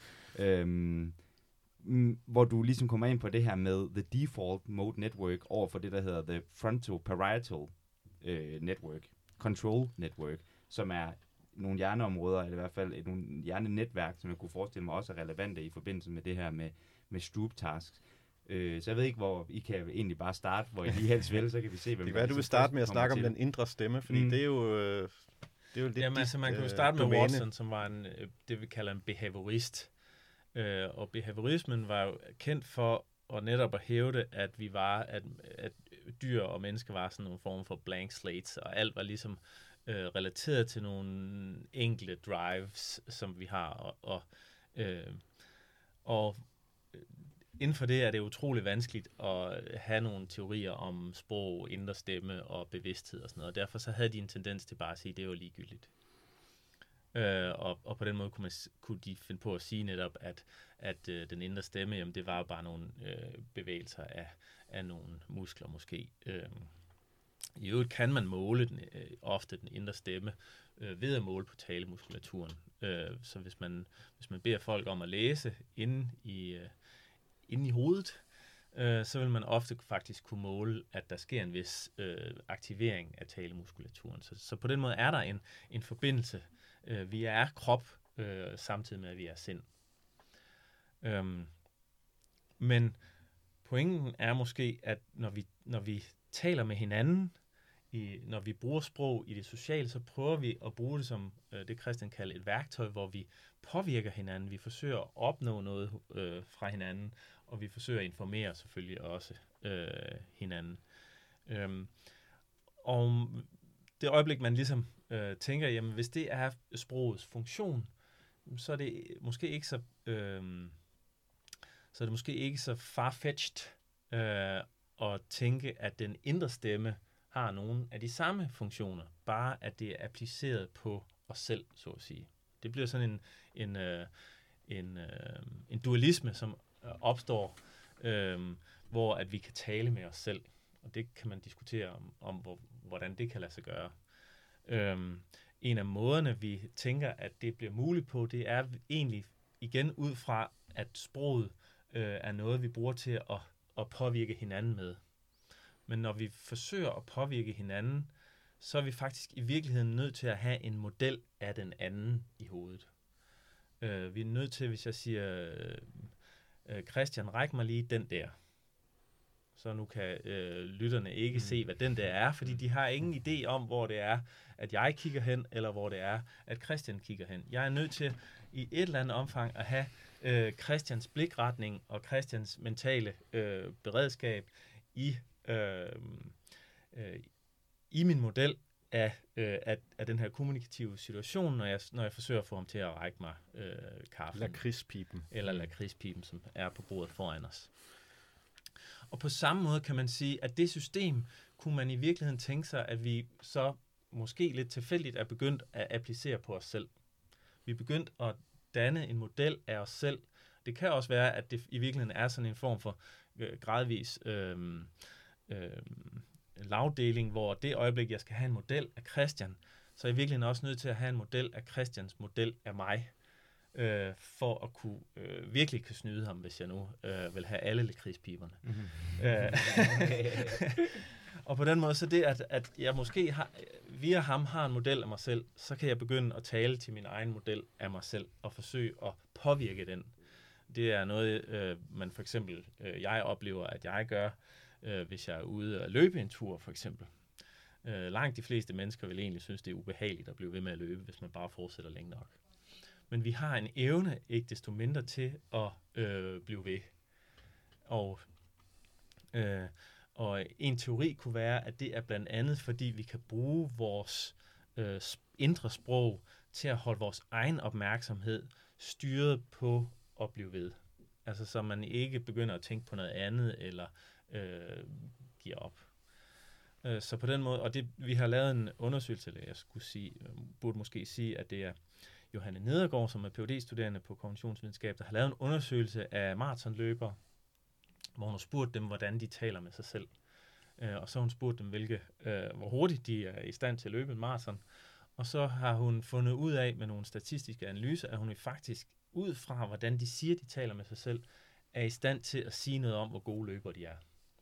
Hvor du ligesom kommer ind på det her med the Default Mode Network over for det, der hedder the Frontoparietal Network, Control Network, som er nogle hjerneområder, eller i hvert fald nogle hjernenetværk, som jeg kunne forestille mig også er relevante i forbindelse med det her med Stroop tasks. Så jeg ved ikke, hvor I kan egentlig bare starte, hvor I lige helst vil, så kan vi se, hvem det er, du vil starte med at snakke om den indre stemme, fordi det er jo lidt Jamen, altså, man kan jo starte med Watson, som var det vi kalder en behaviorist. Og behaviorismen var jo kendt for at netop at hævde, at at dyr og mennesker var sådan nogle form for blank slates, og alt var ligesom relateret til nogle enkelte drives, som vi har, og inden for det er det utrolig vanskeligt at have nogle teorier om sprog, indre stemme og bevidsthed og sådan noget, og derfor så havde de en tendens til bare at sige, at det var ligegyldigt. Og på den måde kunne de finde på at sige netop, at den indre stemme, jamen det var jo bare nogle bevægelser af nogle muskler måske. I øvrigt kan man måle ofte den indre stemme ved at måle på talemuskulaturen. Så hvis man beder folk om at læse inde i hovedet, så vil man ofte faktisk kunne måle, at der sker en vis aktivering af talemuskulaturen. Så på den måde er der en forbindelse. Vi er krop, samtidig med, at vi er sind. Men pointen er måske, at når vi taler med hinanden, når vi bruger sprog i det sociale, så prøver vi at bruge det som det Christian kalder et værktøj, hvor vi påvirker hinanden. Vi forsøger at opnå noget fra hinanden, og vi forsøger at informere selvfølgelig også hinanden. Og det øjeblik, man ligesom tænker, jamen hvis det er sprogets funktion, så er det måske ikke så farfetched og tænke, at den indre stemme har nogle af de samme funktioner, bare at det er appliceret på os selv, så at sige. Det bliver sådan en dualisme, som opstår, hvor at vi kan tale med os selv, og det kan man diskutere om hvordan det kan lade sig gøre. En af måderne, vi tænker, at det bliver muligt på, det er egentlig igen ud fra, at sproget er noget, vi bruger til at påvirke hinanden med. Men når vi forsøger at påvirke hinanden, så er vi faktisk i virkeligheden nødt til at have en model af den anden i hovedet. Vi er nødt til, hvis jeg siger, Christian, ræk mig lige den der. Så nu kan lytterne ikke se, hvad den der er, fordi de har ingen idé om, hvor det er, at jeg kigger hen, eller hvor det er, at Christian kigger hen. Jeg er nødt til i et eller andet omfang at have Christians blikretning og Christians mentale beredskab i min model af den her kommunikative situation, når jeg forsøger at få ham til at række mig kaffen. Lakridspipen. Eller lakridspipen, som er på bordet foran os. Og på samme måde kan man sige, at det system kunne man i virkeligheden tænke sig, at vi så måske lidt tilfældigt er begyndt at applicere på os selv. Vi er begyndt at danne en model af os selv. Det kan også være, at det i virkeligheden er sådan en form for gradvis lavdeling, hvor det øjeblik, jeg skal have en model af Christian, så er jeg virkelig også nødt til at have en model af Christians model af mig, for at kunne virkelig kan snyde ham, hvis jeg nu vil have alle lakridspiberne. Og på den måde, så det, at jeg måske via ham har en model af mig selv, så kan jeg begynde at tale til min egen model af mig selv, og forsøge at påvirke den. Det er noget, man for eksempel, jeg oplever, at jeg gør, hvis jeg er ude og løbe en tur, for eksempel. Langt de fleste mennesker vil egentlig synes, det er ubehageligt at blive ved med at løbe, hvis man bare fortsætter længe nok. Men vi har en evne, ikke desto mindre, til at blive ved. Og en teori kunne være, at det er blandt andet, fordi vi kan bruge vores indre sprog til at holde vores egen opmærksomhed styret på at blive ved. Altså, så man ikke begynder at tænke på noget andet, eller giver op. Så på den måde, og vi har lavet en undersøgelse, eller jeg burde måske sige, at det er Johanne Nedergaard, som er Ph.D.-studerende på kognitionsvidenskab, der har lavet en undersøgelse af maratonløbere, hvor hun har spurgt dem, hvordan de taler med sig selv. Og så har hun spurgt dem, hvor hurtigt de er i stand til at løbe en maraton. Og så har hun fundet ud af, med nogle statistiske analyser, at hun faktisk, ud fra hvordan de siger, de taler med sig selv, er i stand til at sige noget om, hvor gode løbere de er.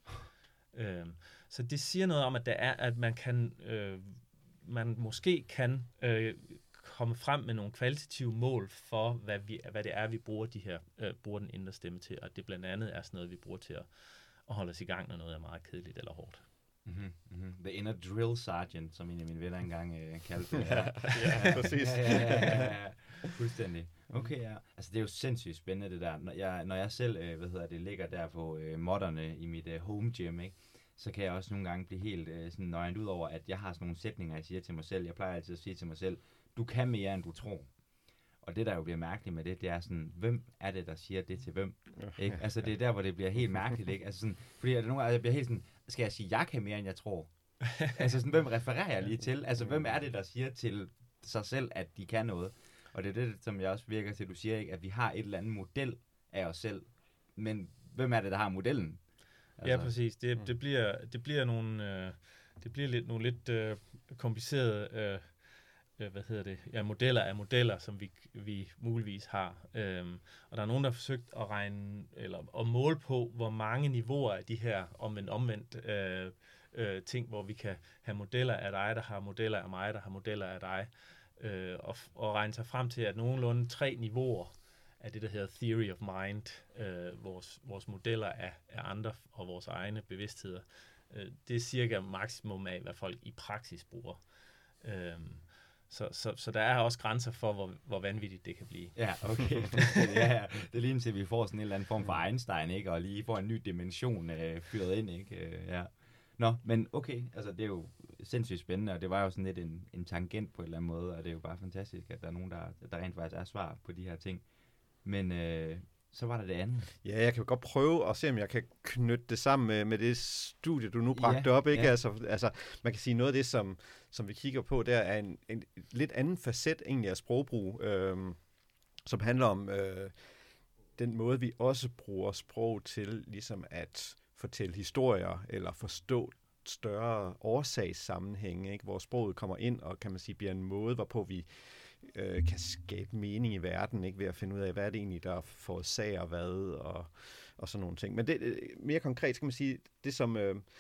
Så det siger noget om, at man måske kan komme frem med nogle kvalitative mål for, hvad det er, vi bruger den indre stemme til, og det blandt andet er sådan noget, vi bruger til at holde os i gang, når noget er meget kedeligt eller hårdt. Mm-hmm, mm-hmm. The inner drill sergeant, som en af mine venner engang kaldte det. Ja, præcis. Ja. Fuldstændig. Okay, ja. Altså, det er jo sindssygt spændende, det der. Når jeg selv, ligger der på modderne i mit home gym, ikke? Så kan jeg også nogle gange blive helt sådan nøjent ud over, at jeg har sådan nogle sætninger, jeg siger til mig selv. Jeg plejer altid at sige til mig selv, du kan mere, end du tror. Og det, der jo bliver mærkeligt med det er sådan, hvem er det, der siger det til hvem? Ikke? Altså, det er der, hvor det bliver helt mærkeligt, ikke? Altså sådan, fordi nogle gange, jeg bliver helt sådan, skal jeg sige, jeg kan mere, end jeg tror? Altså sådan, hvem refererer jeg lige til? Altså, hvem er det, der siger til sig selv, at de kan noget? Og det er det, som jeg også virker til, du siger, ikke? At vi har et eller andet model af os selv. Men hvem er det, der har modellen? Altså. Ja, præcis. Det bliver nogle lidt komplicerede modeller af modeller, som vi muligvis har. Og der er nogen, der har forsøgt at regne eller at måle på, hvor mange niveauer af de her omvendt ting, hvor vi kan have modeller af dig, der har modeller af mig, der har modeller af dig, og regne sig frem til, at nogenlunde 3 niveauer af det, der hedder theory of mind, vores modeller af andre og vores egne bevidstheder, det er cirka maksimum af, hvad folk i praksis bruger. Så der er også grænser for, hvor vanvittigt det kan blive. Ja, okay. Ja. Det er lige til, at vi får sådan en eller anden form for Einstein, ikke? Og lige får en ny dimension fyret ind, ikke? Ja. Nå, men okay, altså det er jo sindssygt spændende, og det var jo sådan lidt en tangent på en eller anden måde, og det er jo bare fantastisk, at der er nogen, der rent faktisk er svar på de her ting. Men så var der det andet. Ja, jeg kan godt prøve at se, om jeg kan knytte det sammen med det studie, du nu bragte op, ikke? Ja. Altså, man kan sige, noget af det, som vi kigger på, der er en lidt anden facet egentlig af sprogbrug, som handler om den måde, vi også bruger sprog til ligesom at fortælle historier, eller forstå større årsagssammenhænge, ikke? Hvor sproget kommer ind og, kan man sige, bliver en måde, hvorpå vi kan skabe mening i verden, ikke? Ved at finde ud af, hvad er det egentlig, der forårsager hvad, og sådan nogle ting. Men det, mere konkret skal man sige, det som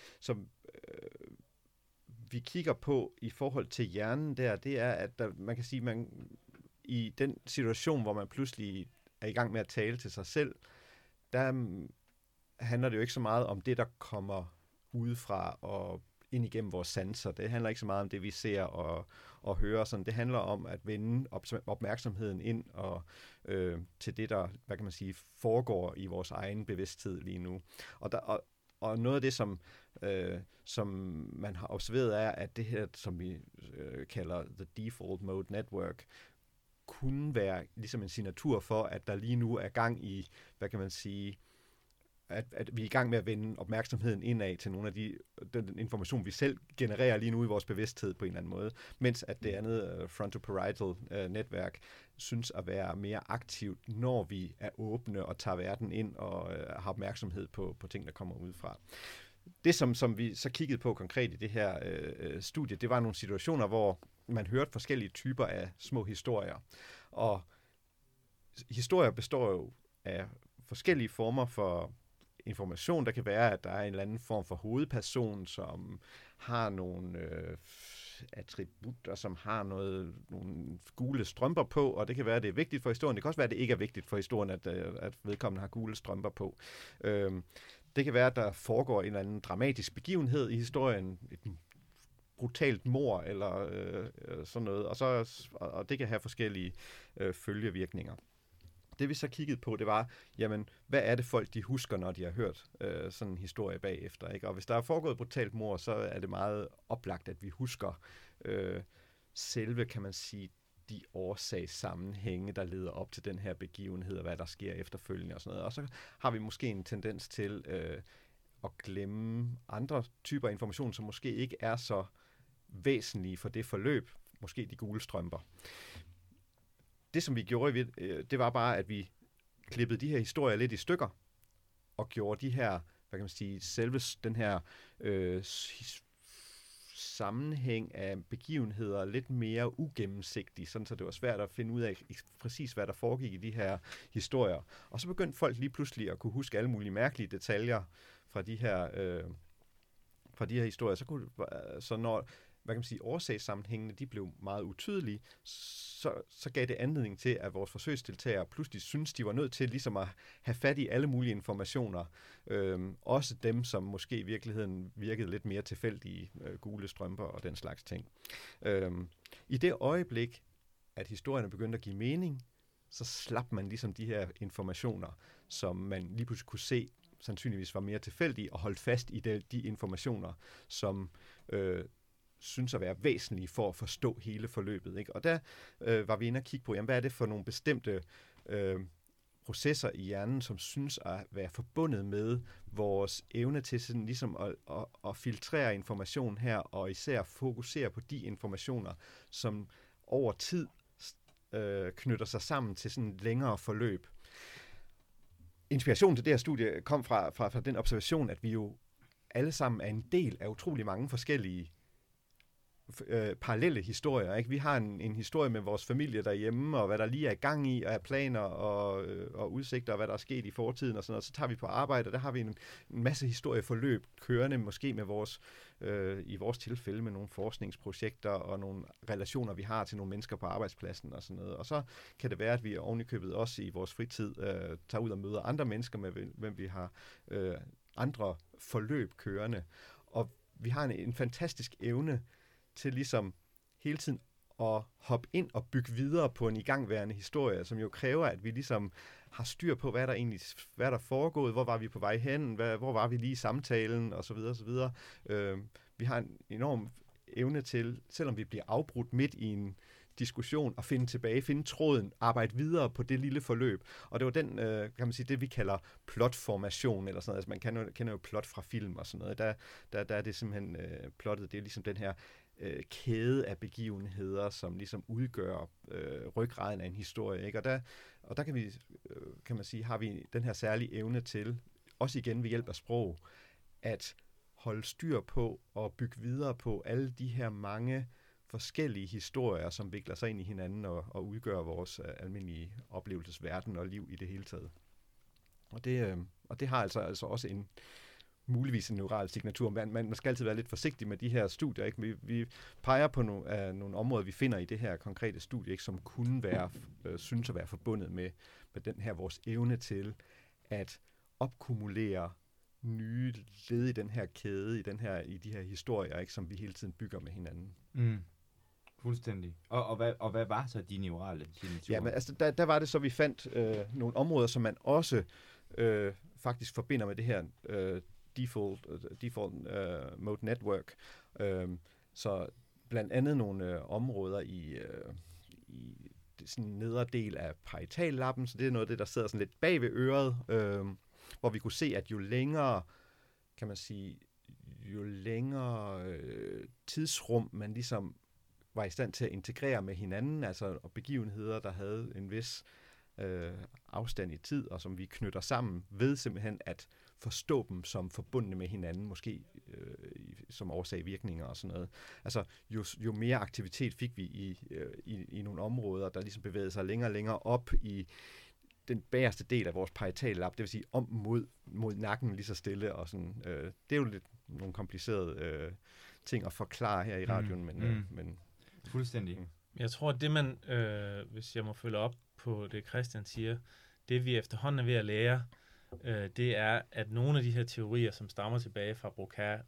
vi kigger på i forhold til hjernen der, det er, at man kan sige, man i den situation, hvor man pludselig er i gang med at tale til sig selv, der handler det jo ikke så meget om det, der kommer udefra og ind igennem vores sanser. Det handler ikke så meget om det, vi ser og hører. Sådan. Det handler om at vende opmærksomheden ind og til det, der, hvad kan man sige, foregår i vores egen bevidsthed lige nu. Og noget af det, som man har observeret, er, at det her, som vi kalder the default mode network, kunne være ligesom en signatur for, at der lige nu er gang i, hvad kan man sige, at vi er i gang med at vende opmærksomheden indad til nogle af den information, vi selv genererer lige nu i vores bevidsthed på en eller anden måde, mens at det andet frontoparietal netværk synes at være mere aktivt, når vi er åbne og tager verden ind og har opmærksomhed på ting, der kommer udefra. Det, som vi så kiggede på konkret i det her studie, det var nogle situationer, hvor man hørte forskellige typer af små historier. Og historier består jo af forskellige former for information. Der kan være, at der er en eller anden form for hovedperson, som har nogle attributter, som har nogle gule strømper på, og det kan være, at det er vigtigt for historien. Det kan også være, at det ikke er vigtigt for historien, at vedkommende har gule strømper på. Det kan være, at der foregår en eller anden dramatisk begivenhed i historien, et brutalt mord eller sådan noget, og det kan have forskellige følgevirkninger. Det vi så kiggede på, det var, jamen, hvad er det folk, de husker, når de har hørt sådan en historie bagefter, ikke? Og hvis der er foregået brutalt mord, så er det meget oplagt, at vi husker selve, kan man sige, de årsagssammenhænge, der leder op til den her begivenhed, og hvad der sker efterfølgende og sådan noget. Og så har vi måske en tendens til at glemme andre typer information, som måske ikke er så væsentlige for det forløb, måske de gule strømper. Det, som vi gjorde, det var bare, at vi klippede de her historier lidt i stykker, og gjorde de her, hvad kan man sige, selve den her sammenhæng af begivenheder lidt mere ugennemsigtig, sådan så det var svært at finde ud af præcis, hvad der foregik i de her historier. Og så begyndte folk lige pludselig at kunne huske alle mulige mærkelige detaljer fra de her historier. Så når, hvad kan man sige, årsagssammenhængene, de blev meget utydelige, så gav det anledning til, at vores forsøgsdeltagere pludselig syntes, de var nødt til ligesom at have fat i alle mulige informationer. Også dem, som måske i virkeligheden virkede lidt mere tilfældige, gule strømper og den slags ting. I det øjeblik, at historierne begyndte at give mening, så slap man ligesom de her informationer, som man lige pludselig kunne se, sandsynligvis var mere tilfældige, og holdt fast i de informationer, som synes at være væsentlige for at forstå hele forløbet, ikke? Og der var vi inde og kigge på, jamen, hvad er det for nogle bestemte processer i hjernen, som synes at være forbundet med vores evne til sådan ligesom at filtrere information her, og især fokusere på de informationer, som over tid knytter sig sammen til sådan et længere forløb. Inspirationen til det her studie kom fra den observation, at vi jo alle sammen er en del af utrolig mange forskellige parallelle historier, ikke? Vi har en historie med vores familie derhjemme, og hvad der lige er i gang i, og er planer og udsigter, og hvad der er sket i fortiden, og sådan noget. Så tager vi på arbejde, og der har vi en masse historieforløb kørende, måske med i vores tilfælde med nogle forskningsprojekter, og nogle relationer, vi har til nogle mennesker på arbejdspladsen, og sådan noget. Og så kan det være, at vi ovenikøbet også i vores fritid tager ud og møder andre mennesker, med hvem vi har andre forløb kørende. Og vi har en fantastisk evne til ligesom hele tiden at hoppe ind og bygge videre på en igangværende historie, som jo kræver, at vi ligesom har styr på, hvad der er foregået, hvor var vi på vej hen, hvor var vi lige i samtalen, og så videre, og så videre. Vi har en enorm evne til, selvom vi bliver afbrudt midt i en diskussion og finde tilbage, finde tråden, arbejde videre på det lille forløb. Og det var den, kan man sige, det vi kalder plotformation, eller sådan noget. Altså man kender jo plot fra film og sådan noget. Der er det simpelthen plottet, det er ligesom den her kæde af begivenheder, som ligesom udgør ryggraden af en historie, ikke? Og der kan vi, kan man sige, har vi den her særlige evne til, også igen ved hjælp af sprog, at holde styr på og bygge videre på alle de her mange forskellige historier, som vikler sig ind i hinanden og udgør vores almindelige oplevelsesverden og liv i det hele taget. Og det har altså også muligvis en neural signatur. Man skal altid være lidt forsigtig med de her studier, ikke? Vi peger på nogle områder, vi finder i det her konkrete studie, ikke, som kunne være, synes at være forbundet med den her vores evne til at opkumulere nye led i den her kæde, i de her historier, ikke, som vi hele tiden bygger med hinanden. Mm. Fuldstændig. Og hvad var så de neurale signaturer? Ja, men altså, der var det så, vi fandt nogle områder, som man også faktisk forbinder med det her default mode network. Så blandt andet nogle områder i sådan en nedre del af parietal-lappen, så det er noget af det, der sidder sådan lidt bag ved øret, hvor vi kunne se, at jo længere, kan man sige, tidsrum man ligesom var i stand til at integrere med hinanden, altså og begivenheder, der havde en vis afstand i tid, og som vi knytter sammen ved simpelthen at forstå dem som forbundne med hinanden, måske som årsag virkninger og sådan noget. Altså, jo mere aktivitet fik vi i nogle områder, der ligesom bevægede sig længere og længere op i den bagerste del af vores parietallap, det vil sige om mod nakken lige så stille, og sådan. Det er jo lidt nogle komplicerede ting at forklare her i radioen, men fuldstændig. Jeg tror, at det man, hvis jeg må følge op på det, Christian siger, det vi efterhånden er ved at lære, det er, at nogle af de her teorier, som stammer tilbage fra Broca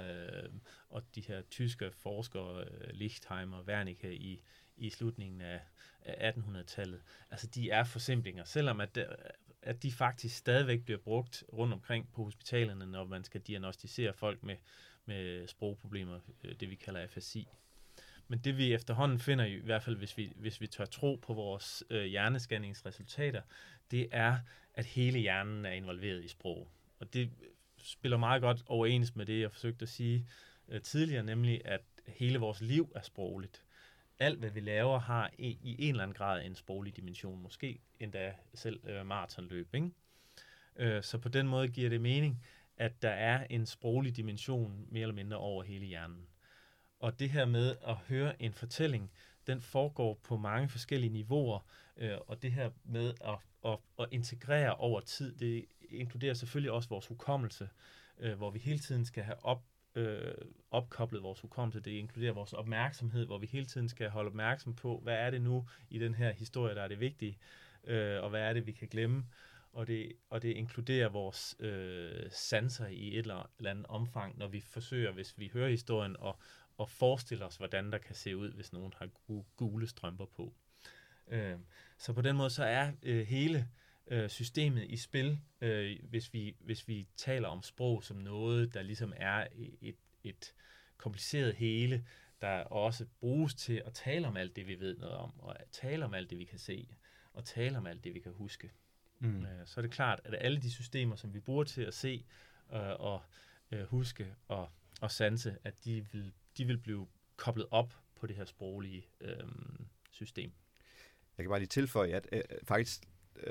og de her tyske forskere, Lichtheimer og Wernicke i slutningen af 1800-tallet, altså de er forsimplinger, selvom at de faktisk stadigvæk bliver brugt rundt omkring på hospitalerne, når man skal diagnostisere folk med sprogproblemer, det vi kalder afasi. Men det vi efterhånden finder, i hvert fald hvis vi tør tro på vores hjernescanningsresultater, det er, at hele hjernen er involveret i sprog. Og det spiller meget godt overens med det, jeg forsøgte at sige tidligere, nemlig at hele vores liv er sprogligt. Alt, hvad vi laver, har i en eller anden grad en sproglig dimension. Måske endda selv maratonløb, ikke? Så på den måde giver det mening, at der er en sproglig dimension mere eller mindre over hele hjernen. Og det her med at høre en fortælling, den foregår på mange forskellige niveauer, og det her med at integrere over tid, det inkluderer selvfølgelig også vores hukommelse, hvor vi hele tiden skal have opkoblet vores hukommelse. Det inkluderer vores opmærksomhed, hvor vi hele tiden skal holde opmærksom på, hvad er det nu i den her historie, der er det vigtige, og hvad er det, vi kan glemme. Og det inkluderer vores sanser i et eller andet omfang, når vi forsøger, hvis vi hører historien, og forestiller os, hvordan der kan se ud, hvis nogen har gule strømper på. Så på den måde, så er hele systemet i spil, hvis vi taler om sprog som noget, der ligesom er et kompliceret hele, der også bruges til at tale om alt det, vi ved noget om, og tale om alt det, vi kan se, og tale om alt det, vi kan huske. Så er det klart, at alle de systemer, som vi bruger til at se og huske og sanse, at de vil blive koblet op på det her sproglige system. Jeg kan bare lige tilføje, at faktisk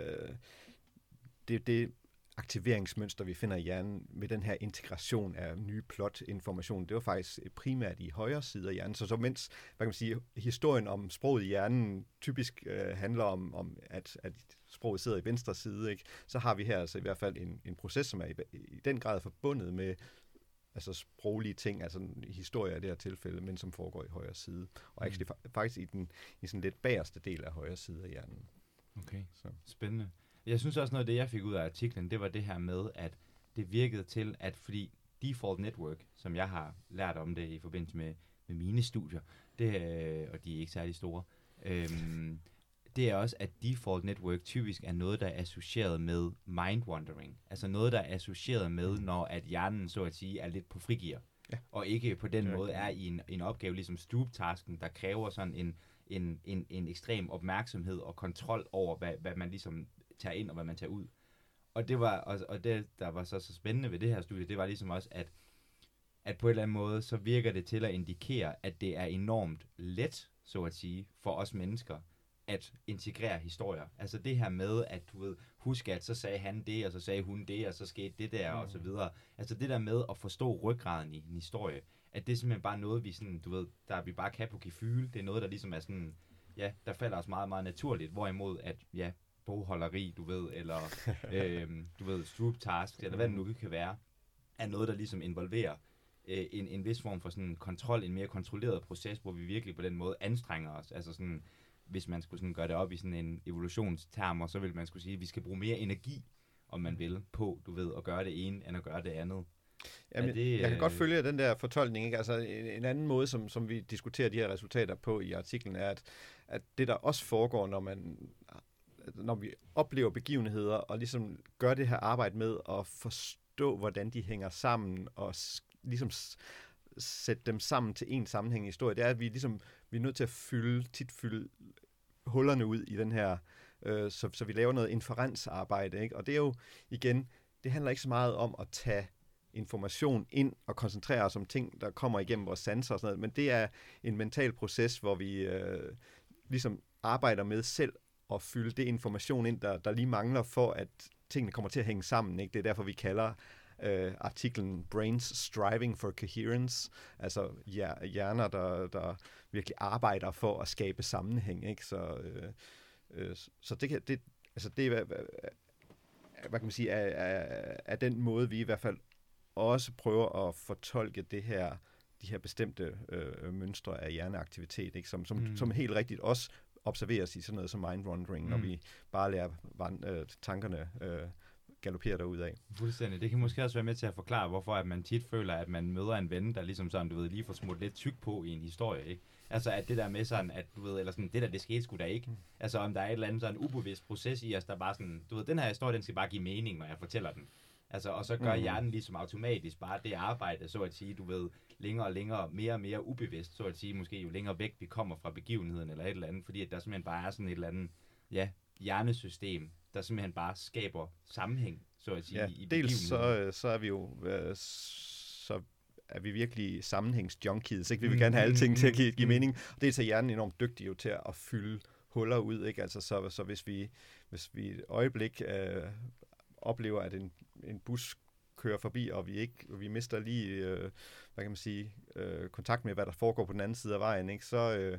det aktiveringsmønster, vi finder i hjernen med den her integration af nye plotinformation, det var faktisk primært i højre side af hjernen. Så mens, hvad kan man sige, historien om sproget i hjernen typisk handler om at sproget sidder i venstre side, ikke? Så har vi her altså i hvert fald en proces, som er i den grad forbundet med altså sproglige ting, altså historie i det her tilfælde, men som foregår i højre side. Og faktisk i sådan lidt bagerste del af højre side af hjernen. Okay, så spændende. Jeg synes også noget af det, jeg fik ud af artiklen, det var det her med, at det virkede til, at fordi default network, som jeg har lært om det i forbindelse med mine studier, og de er ikke særlig store, det er også, at default network typisk er noget, der er associeret med mind wandering. Altså noget, der er associeret med, når at hjernen, så at sige, er lidt på frigear. og ikke på den måde er i en opgave ligesom Stroop-tasken, der kræver sådan en ekstrem opmærksomhed og kontrol over, hvad man ligesom tager ind og hvad man tager ud. Og det var og det, der var så spændende ved det her studie, det var ligesom også, at på en eller anden måde, så virker det til at indikere, at det er enormt let, så at sige, for os mennesker, at integrere historier. Altså det her med, at du ved, huske at så sagde han det, og så sagde hun det, og så skete det der, og så videre. Altså det der med at forstå ryggraden i en historie, at det er simpelthen bare noget, vi sådan, du ved, der vi bare kan på gefyle. Det er noget, der ligesom er sådan, ja, der falder os meget, meget naturligt. Hvorimod at, ja, bogholderi, du ved, eller du ved, Stroop-task, eller hvad det nu kan være, er noget, der ligesom involverer en vis form for sådan kontrol, en mere kontrolleret proces, hvor vi virkelig på den måde anstrenger os. Altså sådan, hvis man skulle sådan gøre det op i sådan en evolutionstermer, så vil man skulle sige, at vi skal bruge mere energi, om man vil, på, du ved, at gøre det ene, end at gøre det andet. Jamen, jeg kan godt følge den der fortolkning, ikke? Altså en anden måde, som vi diskuterer de her resultater på i artiklen, er, at det der også foregår, når vi oplever begivenheder, og ligesom gør det her arbejde med at forstå, hvordan de hænger sammen, og ligesom sætte dem sammen til en sammenhængende historie, det er, at vi er nødt til at fylde hullerne ud i den her, så vi laver noget inferensarbejde, ikke? Og det er jo, igen, det handler ikke så meget om at tage information ind og koncentrere os om ting, der kommer igennem vores sanser og sådan noget, men det er en mental proces, hvor vi ligesom arbejder med selv at fylde det information ind, der lige mangler, for at tingene kommer til at hænge sammen, ikke? Det er derfor, vi kalder artiklen Brains Striving for Coherence, altså hjerner, der virkelig arbejder for at skabe sammenhæng, ikke? Så det er, hvad kan man sige, er den måde, vi i hvert fald også prøver at fortolke de her bestemte mønstre af hjerneaktivitet, ikke? Som helt rigtigt også observeres i sådan noget som mind-wandering, når vi bare lærer tankerne galopperer derudad. Fuldstændig. Det kan måske også være med til at forklare, hvorfor at man tit føler, at man møder en ven, der ligesom sådan, du ved, lige får smurt lidt tyk på i en historie, ikke? Altså, at det der med sådan, at du ved, eller sådan, det der, det skete sgu da ikke. Altså, om der er et eller andet sådan ubevidst proces i os, der bare sådan, du ved, den her historie, den skal bare give mening, når jeg fortæller den. Altså, og så gør hjernen ligesom automatisk bare det arbejde, så at sige, du ved, længere og længere, mere og mere ubevidst, så at sige, måske jo længere væk vi kommer fra begivenheden eller et eller andet, fordi at der simpelthen bare er sådan et eller andet, ja, hjernesystem, der simpelthen bare skaber sammenhæng, så at sige, i begivenheden. Dels så er vi jo, så er vi virkelig sammenhængsjunkies, ikke? Vi vil gerne have alting til at give mening, og dels er hjernen enormt dygtig jo til at fylde huller ud, ikke? Altså, så hvis vi et øjeblik oplever, at en bus kører forbi, og vi mister lige, hvad kan man sige, kontakt med, hvad der foregår på den anden side af vejen, ikke?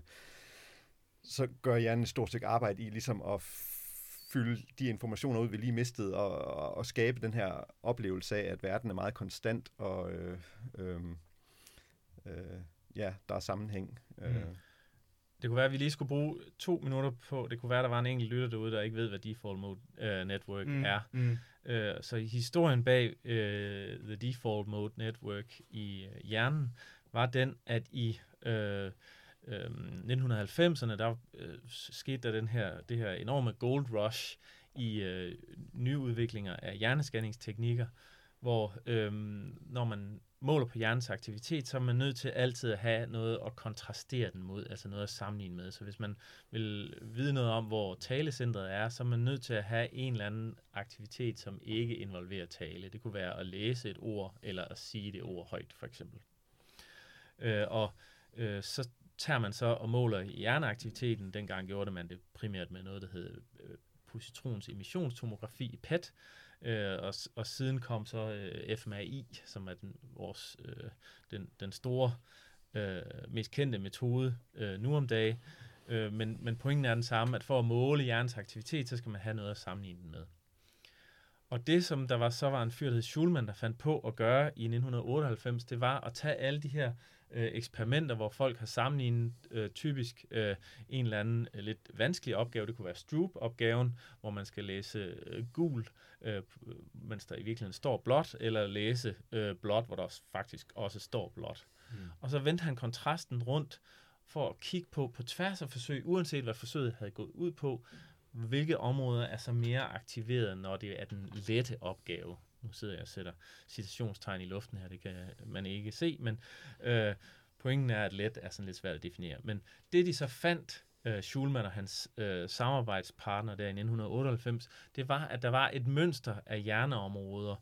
Så gør hjernen et stort stykke arbejde i ligesom at fylde de informationer ud, vi lige mistede, og skabe den her oplevelse af, at verden er meget konstant, og der er sammenhæng. Det kunne være, at vi lige skulle bruge 2 minutter på, det kunne være, at der var en enkelt lytter derude, der ikke ved, hvad Default Mode Network er. Så historien bag The Default Mode Network i hjernen var den, at i 1990'erne, der skete der det her enorme gold rush i nye udviklinger af hjernescanningsteknikker, hvor når man måler på hjernens aktivitet, så er man nødt til altid at have noget at kontrastere den mod, altså noget at sammenligne med. Så hvis man vil vide noget om, hvor talecentret er, så er man nødt til at have en eller anden aktivitet, som ikke involverer tale. Det kunne være at læse et ord, eller at sige det ord højt, for eksempel. Så tager man så og måler hjerneaktiviteten. Dengang gjorde man det primært med noget, der hed positrons-emissionstomografi, PET, og siden kom så fMRI, som er den store, mest kendte metode nu om dagen. Men pointen er den samme, at for at måle hjernens aktivitet, så skal man have noget at sammenligne den med. Og det, som så var en fyr, der hed Schulman, der fandt på at gøre i 1998, det var at tage alle de her eksperimenter, hvor folk har sammenlignet typisk en eller anden lidt vanskelig opgave. Det kunne være Stroop-opgaven, hvor man skal læse gul, mens der i virkeligheden står blåt, eller læse blåt, hvor der faktisk også står blåt. Og så vendte han kontrasten rundt for at kigge på tværs af forsøg, uanset hvad forsøget havde gået ud på, hvilke områder er så mere aktiveret, når det er den lette opgave. Nu sidder jeg og sætter citationstegn i luften her, det kan man ikke se, men pointen er, at let er sådan lidt svært at definere. Men det de så fandt, Schulman og hans samarbejdspartner der i 1998, det var, at der var et mønster af hjerneområder,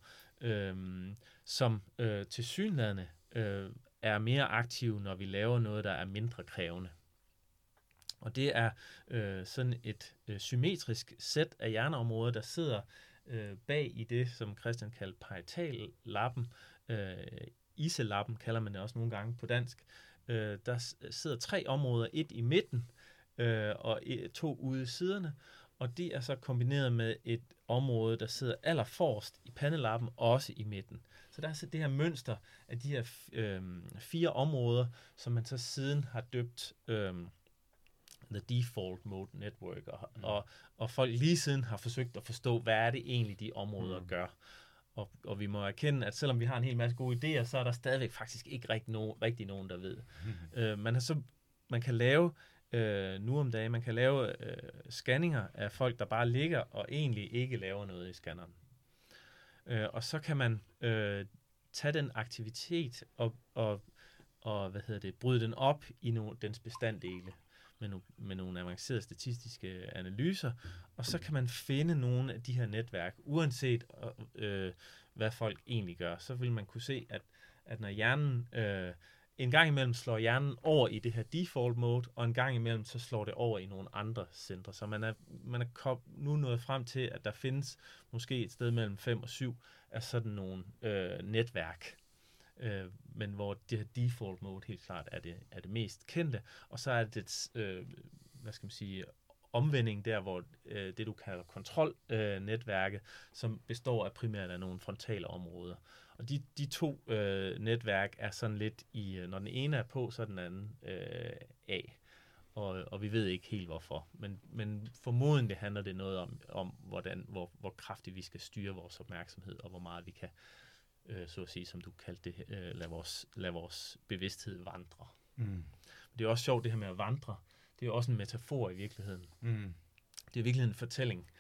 som tilsyneladende er mere aktive, når vi laver noget, der er mindre krævende. Og det er sådan et symmetrisk sæt af hjerneområder, der sidder bag i det, som Christian kaldte parietal-lappen. Iselappen kalder man det også nogle gange på dansk. Der sidder 3 områder, et i midten og 2 ude i siderne, og det er så kombineret med et område, der sidder allerforrest i pandelappen, også i midten. Så der er så det her mønster af de her 4 områder, som man så siden har døbt The Default Mode Network, og folk lige siden har forsøgt at forstå, hvad er det egentlig, de områder gør. Og vi må erkende, at selvom vi har en hel masse gode idéer, så er der stadigvæk faktisk ikke rigtig nogen, der ved. Man kan lave nu om dagen, man kan lave scanninger af folk, der bare ligger og egentlig ikke laver noget i scanneren. Og så kan man tage den aktivitet og bryde den op i dens bestanddele med nogle avancerede statistiske analyser, og så kan man finde nogle af de her netværk, uanset hvad folk egentlig gør. Så vil man kunne se, at når hjernen en gang imellem slår hjernen over i det her default mode, og en gang imellem så slår det over i nogle andre centre. Så man er nu nået frem til, at der findes måske et sted mellem 5 og 7 af sådan nogle netværk, men hvor det her default mode helt klart er det mest kendte, og så er det omvending der, hvor det du kalder kontrolnetværket, som består af primært af nogle frontale områder. Og de 2 netværk er sådan lidt i, når den ene er på, så er den anden af. Og vi ved ikke helt hvorfor. Men formodentlig handler det noget om hvor kraftigt vi skal styre vores opmærksomhed, og hvor meget vi kan, så at sige, som du kaldte det, lade vores bevidsthed vandre. Det er også sjovt, det her med at vandre. Det er jo også en metafor i virkeligheden. Det er virkelig en fortælling,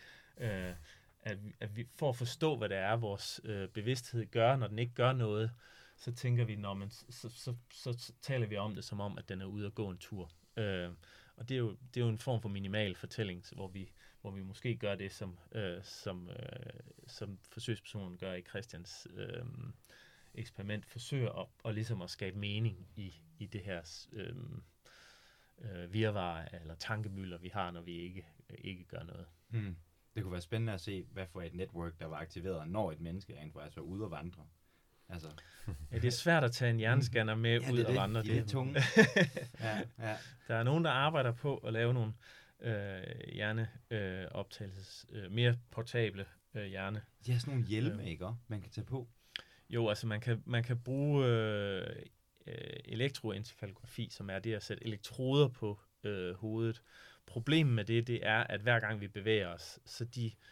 at vi for at forstå, hvad det er, vores bevidsthed gør, når den ikke gør noget, så tænker vi, så taler vi om det som om, at den er ude at gå en tur. Og det er jo en form for minimal fortælling, hvor vi måske gør det, som forsøgspersonen gør i Christians eksperiment, forsøger at ligesom at skabe mening i det her virvar eller tankemylder, vi har, når vi ikke gør noget. Det kunne være spændende at se, hvad for et netværk, der var aktiveret, når et menneske rent faktisk var ude at vandre. Altså. Ja, det er svært at tage en hjernescanner med ud og vandre. Det er tungt. Ja. Der er nogen, der arbejder på at lave nogle hjerneoptagelses, mere portable hjerne. De har sådan nogle hjelme, ikke? Man kan tage på. Jo, altså man kan bruge elektroencefalografi, som er det at sætte elektroder på hovedet. Problemet med det er, at hver gang vi bevæger os, så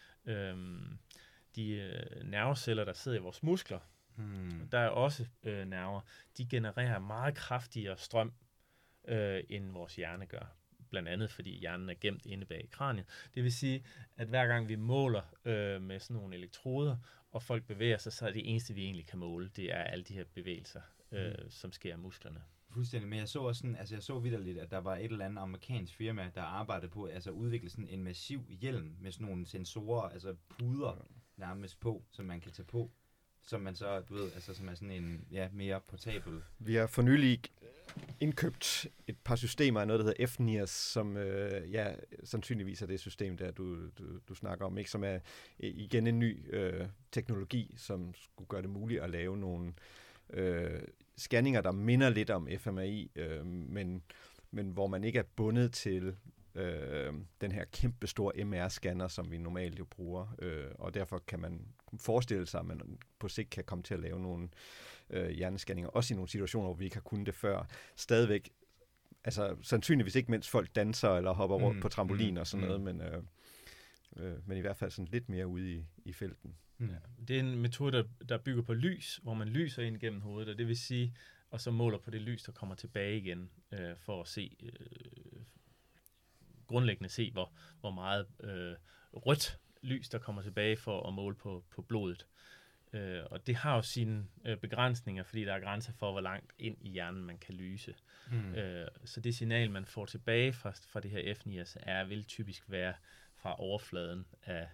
de nerveceller, der sidder i vores muskler, der er også nerver, de genererer meget kraftigere strøm, end vores hjerne gør. Blandt andet, fordi hjernen er gemt inde bag kraniet. Det vil sige, at hver gang vi måler med sådan nogle elektroder, og folk bevæger sig, så er det eneste, vi egentlig kan måle, det er alle de her bevægelser, som sker af musklerne. Fuldstændig, men jeg så også sådan, jeg så vitterligt, at der var et eller andet amerikansk firma, der arbejdede på at udvikle sådan en massiv hjelm med sådan nogle sensorer, puder nærmest på, som man kan tage på, som man så, som er sådan en mere portabel. Vi har for nylig indkøbt et par systemer af noget, der hedder FNIRS, som sandsynligvis er det system, der du snakker om, ikke? Som er igen en ny teknologi, som skulle gøre det muligt at lave nogle scanninger, der minder lidt om fMRI, men hvor man ikke er bundet til den her kæmpe store MR-scanner, som vi normalt jo bruger, og derfor kan man forestille sig, at man på sigt kan komme til at lave nogle hjernescanninger, også i nogle situationer, hvor vi ikke har kunnet det før. Stadigvæk, sandsynligvis ikke, mens folk danser eller hopper rundt på trampolin og sådan noget, men i hvert fald sådan lidt mere ude i felten. Ja. Det er en metode, der bygger på lys, hvor man lyser ind gennem hovedet, og det vil sige, og så måler på det lys, der kommer tilbage igen, for at se grundlæggende se, hvor meget rødt lys, der kommer tilbage for at måle på blodet. Og det har jo sine begrænsninger, fordi der er grænser for, hvor langt ind i hjernen man kan lyse. Så det signal, man får tilbage fra det her F9SR, vil typisk være fra overfladen af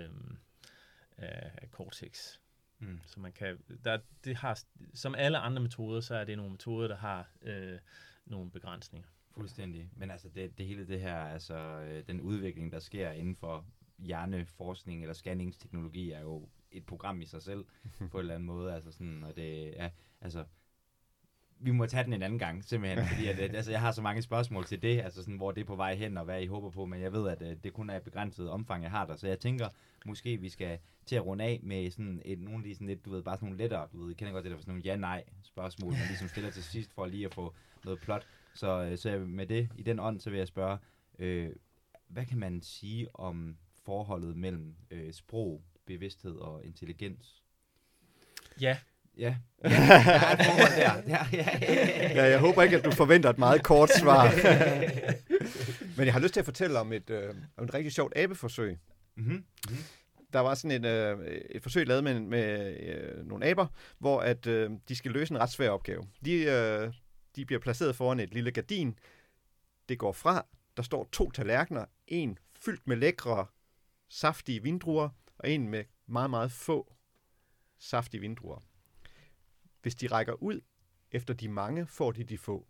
cortex. Så man kan, det har, som alle andre metoder, så er det nogle metoder, der har nogle begrænsninger. Fuldstændig. Men altså det hele det her, altså den udvikling, der sker inden for hjerneforskning eller scanningsteknologi, er jo et program i sig selv på en eller anden måde. Altså sådan, og det er, altså vi må tage den en anden gang, simpelthen, fordi at, altså, jeg har så mange spørgsmål til det, altså sådan, hvor det er på vej hen, og hvad I håber på, men jeg ved, at det kun er et begrænset omfang, jeg har der, så jeg tænker, måske vi skal til at runde af med sådan nogle af de sådan lidt, du ved, bare sådan nogle lettere, du ved, jeg kender godt det der for sådan nogle ja-nej-spørgsmål, man ligesom stiller til sidst, for lige at få noget plot, så med det, i den ånd, så vil jeg spørge, hvad kan man sige om forholdet mellem sprog, bevidsthed og intelligens? Ja. Ja, der er et forhold der. Ja, jeg håber ikke, at du forventer et meget kort svar. Men jeg har lyst til at fortælle om et rigtig sjovt abeforsøg. Der var sådan et forsøg lavet med nogle aber, hvor at de skal løse en ret svær opgave. De bliver placeret foran et lille gardin. Det går fra. Der står 2 tallerkener. En fyldt med lækre, saftige vindruer, og en med meget, meget få saftige vindruer. Hvis de rækker ud efter de mange, får de få.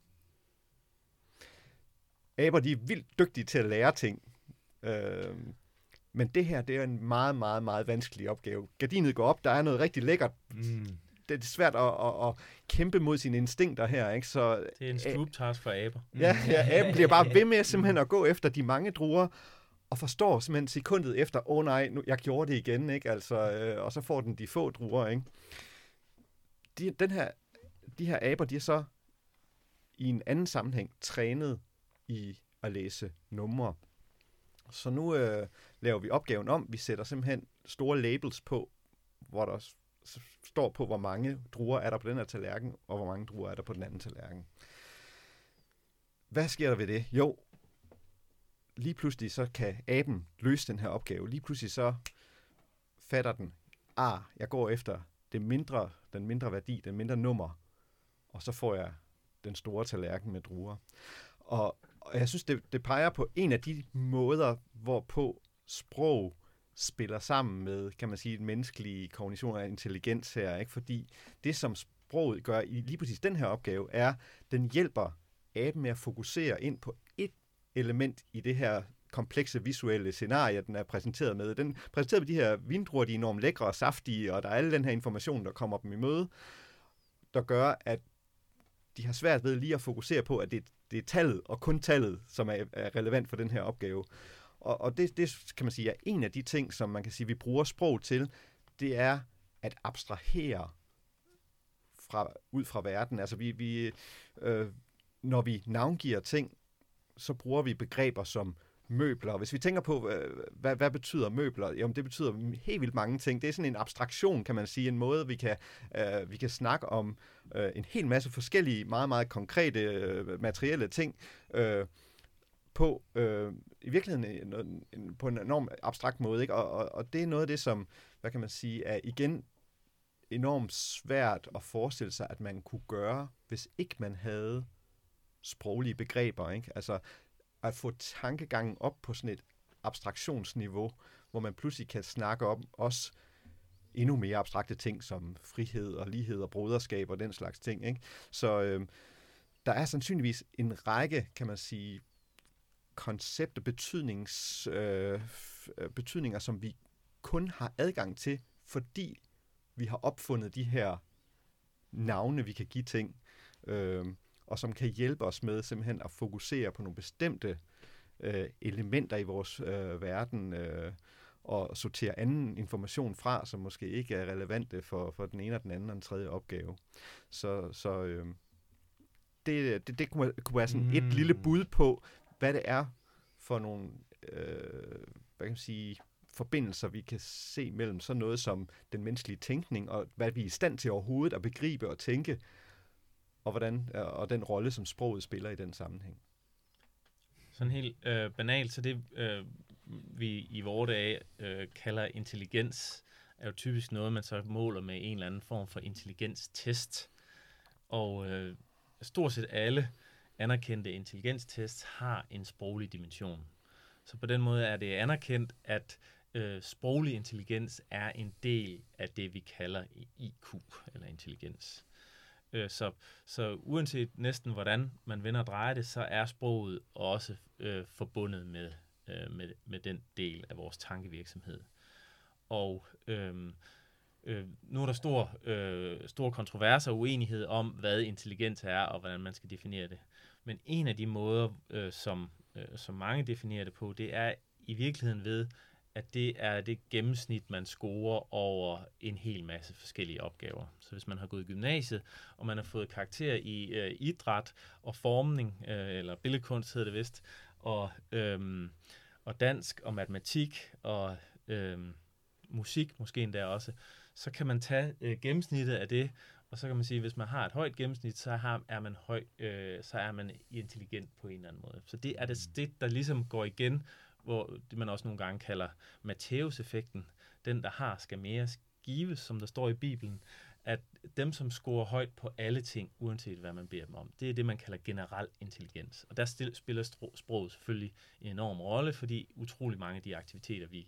Aber, de er vildt dygtige til at lære ting. Men det her, det er en meget, meget, meget vanskelig opgave. Gardinet går op, der er noget rigtig lækkert. Det er svært at kæmpe mod sine instinkter her, ikke? Så, det er en stroop-task for aber. Ja, aben bliver bare ved med simpelthen at gå efter de mange druer, og forstår simpelthen sekundet efter, nej, nu, jeg gjorde det igen, ikke? Altså, og så får den de få druer, ikke? De her aber, de er så i en anden sammenhæng trænet i at læse numre. Så nu laver vi opgaven om. Vi sætter simpelthen store labels på, hvor der står på, hvor mange druer er der på den her tallerken, og hvor mange druer er der på den anden tallerken. Hvad sker der ved det? Jo, lige pludselig så kan aben løse den her opgave. Lige pludselig så fatter den, jeg går efter den mindre værdi, den mindre nummer, og så får jeg den store tallerken med druer. Og jeg synes, det peger på en af de måder, hvorpå sprog spiller sammen med, kan man sige, menneskelig kognition og intelligens her, ikke? Fordi det, som sproget gør i lige præcis den her opgave, er, den hjælper aben med at fokusere ind på et element i det her komplekse visuelle scenarie, den er præsenteret med. Den præsenteret med de her vindruer, de er enormt lækre og saftige, og der er alle den her information, der kommer dem i møde, der gør, at de har svært ved lige at fokusere på, at det er tallet, og kun tallet, som er relevant for den her opgave. Og det kan man sige, er en af de ting, som man kan sige, vi bruger sprog til, det er at abstrahere ud fra verden. Altså når vi navngiver ting, så bruger vi begreber som møbler. Hvis vi tænker på, hvad betyder møbler? Jamen, det betyder helt vildt mange ting. Det er sådan en abstraktion, kan man sige, en måde, vi kan snakke om en hel masse forskellige, meget, meget konkrete materielle ting på i virkeligheden på en enormt abstrakt måde, ikke? Og det er noget af det, som, hvad kan man sige, er igen enormt svært at forestille sig, at man kunne gøre, hvis ikke man havde sproglige begreber, ikke? Altså at få tankegangen op på sådan et abstraktionsniveau, hvor man pludselig kan snakke om også endnu mere abstrakte ting, som frihed og lighed og broderskab og den slags ting, ikke? Så der er sandsynligvis en række, kan man sige, koncepter, betydninger, som vi kun har adgang til, fordi vi har opfundet de her navne, vi kan give ting, og som kan hjælpe os med simpelthen at fokusere på nogle bestemte elementer i vores verden, og sortere anden information fra, som måske ikke er relevante for den ene og den anden og den tredje opgave. Så det kunne være sådan et lille bud på, hvad det er for nogle hvad kan man sige, forbindelser, vi kan se mellem sådan noget som den menneskelige tænkning, og hvad vi er i stand til overhovedet at begribe og tænke, og den rolle, som sproget spiller i den sammenhæng. Sådan helt banalt, så det vi i vore dage kalder intelligens, er jo typisk noget, man så måler med en eller anden form for intelligenstest. Og stort set alle anerkendte intelligenstests har en sproglig dimension. Så på den måde er det anerkendt, at sproglig intelligens er en del af det, vi kalder IQ, eller intelligens. Så uanset næsten hvordan man vender og drejer det, så er sproget også forbundet med den del af vores tankevirksomhed. Og nu er der stor kontroverser og uenighed om, hvad intelligens er, og hvordan man skal definere det. Men en af de måder, som mange definerer det på, det er i virkeligheden ved, at det er det gennemsnit, man scorer over en hel masse forskellige opgaver. Så hvis man har gået i gymnasiet, og man har fået karakter i idræt og formning, eller billedkunst hedder det vist, og dansk og matematik og musik måske endda også, så kan man tage gennemsnittet af det, og så kan man sige, at hvis man har et højt gennemsnit, så er man intelligent på en eller anden måde. Så det er det, der ligesom går igen, hvor det man også nogle gange kalder Matthæus-effekten. Den, der har, skal mere gives, som der står i Bibelen. At dem, som scorer højt på alle ting, uanset hvad man beder dem om, det er det, man kalder generel intelligens. Og der spiller sproget selvfølgelig en enorm rolle, fordi utrolig mange af de aktiviteter, vi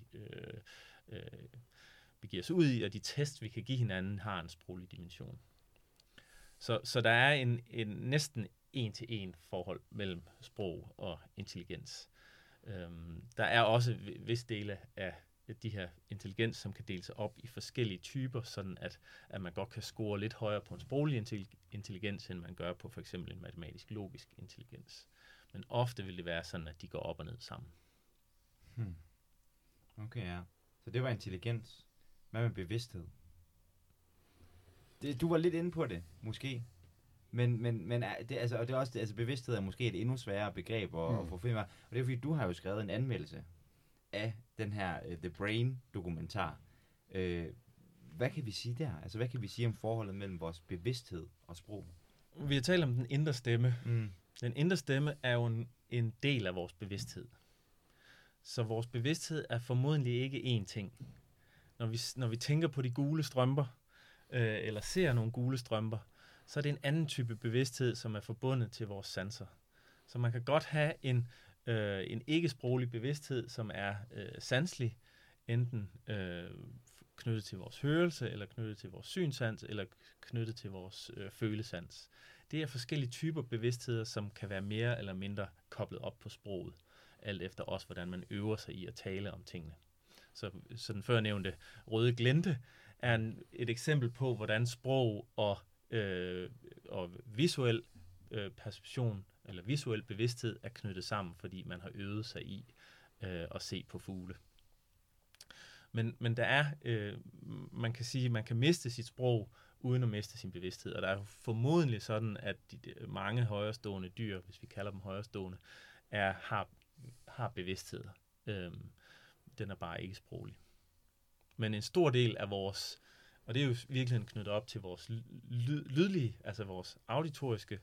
giver os ud i, og de test, vi kan give hinanden, har en sproglig dimension. Så der er en næsten en-til-en forhold mellem sprog og intelligens. Der er også visse dele af de her intelligens, som kan dele sig op i forskellige typer, sådan at man godt kan score lidt højere på en sproglig intelligens, end man gør på for eksempel en matematisk-logisk intelligens. Men ofte vil det være sådan, at de går op og ned sammen. Okay, ja. Så det var intelligens. Hvad med bevidsthed? Du var lidt inde på det, måske. Men det, altså, og det er også, altså bevidsthed er måske et endnu sværere begreb at få finde. Og det er fordi, du har jo skrevet en anmeldelse af den her The Brain-dokumentar. Hvad kan vi sige der? Altså, hvad kan vi sige om forholdet mellem vores bevidsthed og sprog? Vi har talt om den indre stemme. Den indre stemme er jo en del af vores bevidsthed. Så vores bevidsthed er formodentlig ikke én ting. Når vi tænker på de gule strømper, eller ser nogle gule strømper, så er det en anden type bevidsthed, som er forbundet til vores sanser. Så man kan godt have en ikke-sproglig bevidsthed, som er sanselig, enten knyttet til vores hørelse, eller knyttet til vores synsans, eller knyttet til vores følesans. Det er forskellige typer bevidstheder, som kan være mere eller mindre koblet op på sproget, alt efter også, hvordan man øver sig i at tale om tingene. Så den førnævnte røde glente er et eksempel på, hvordan sprog og visuel perception eller visuel bevidsthed er knyttet sammen, fordi man har øvet sig i at se på fugle. Men der er, man kan sige, man kan miste sit sprog uden at miste sin bevidsthed, og der er formodentlig sådan, at mange højerestående dyr, hvis vi kalder dem højerestående, har bevidsthed. Den er bare ikke sproglig. Men en stor del af vores, og det er jo virkelig knyttet op til vores lydlige, altså vores auditoriske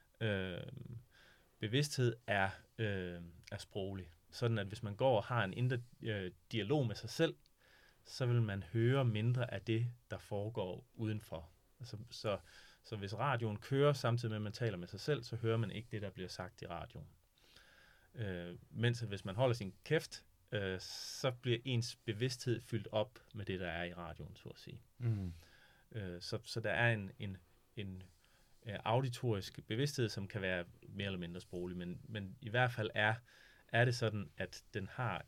bevidsthed er sproglig. Sådan at hvis man går og har en indre dialog med sig selv, så vil man høre mindre af det, der foregår udenfor. Altså, så hvis radioen kører samtidig med, at man taler med sig selv, så hører man ikke det, der bliver sagt i radioen. Mens hvis man holder sin kæft, så bliver ens bevidsthed fyldt op med det, der er i radioen, så at sige. Så der er en auditorisk bevidsthed, som kan være mere eller mindre sproglig, men i hvert fald er det sådan, at den har,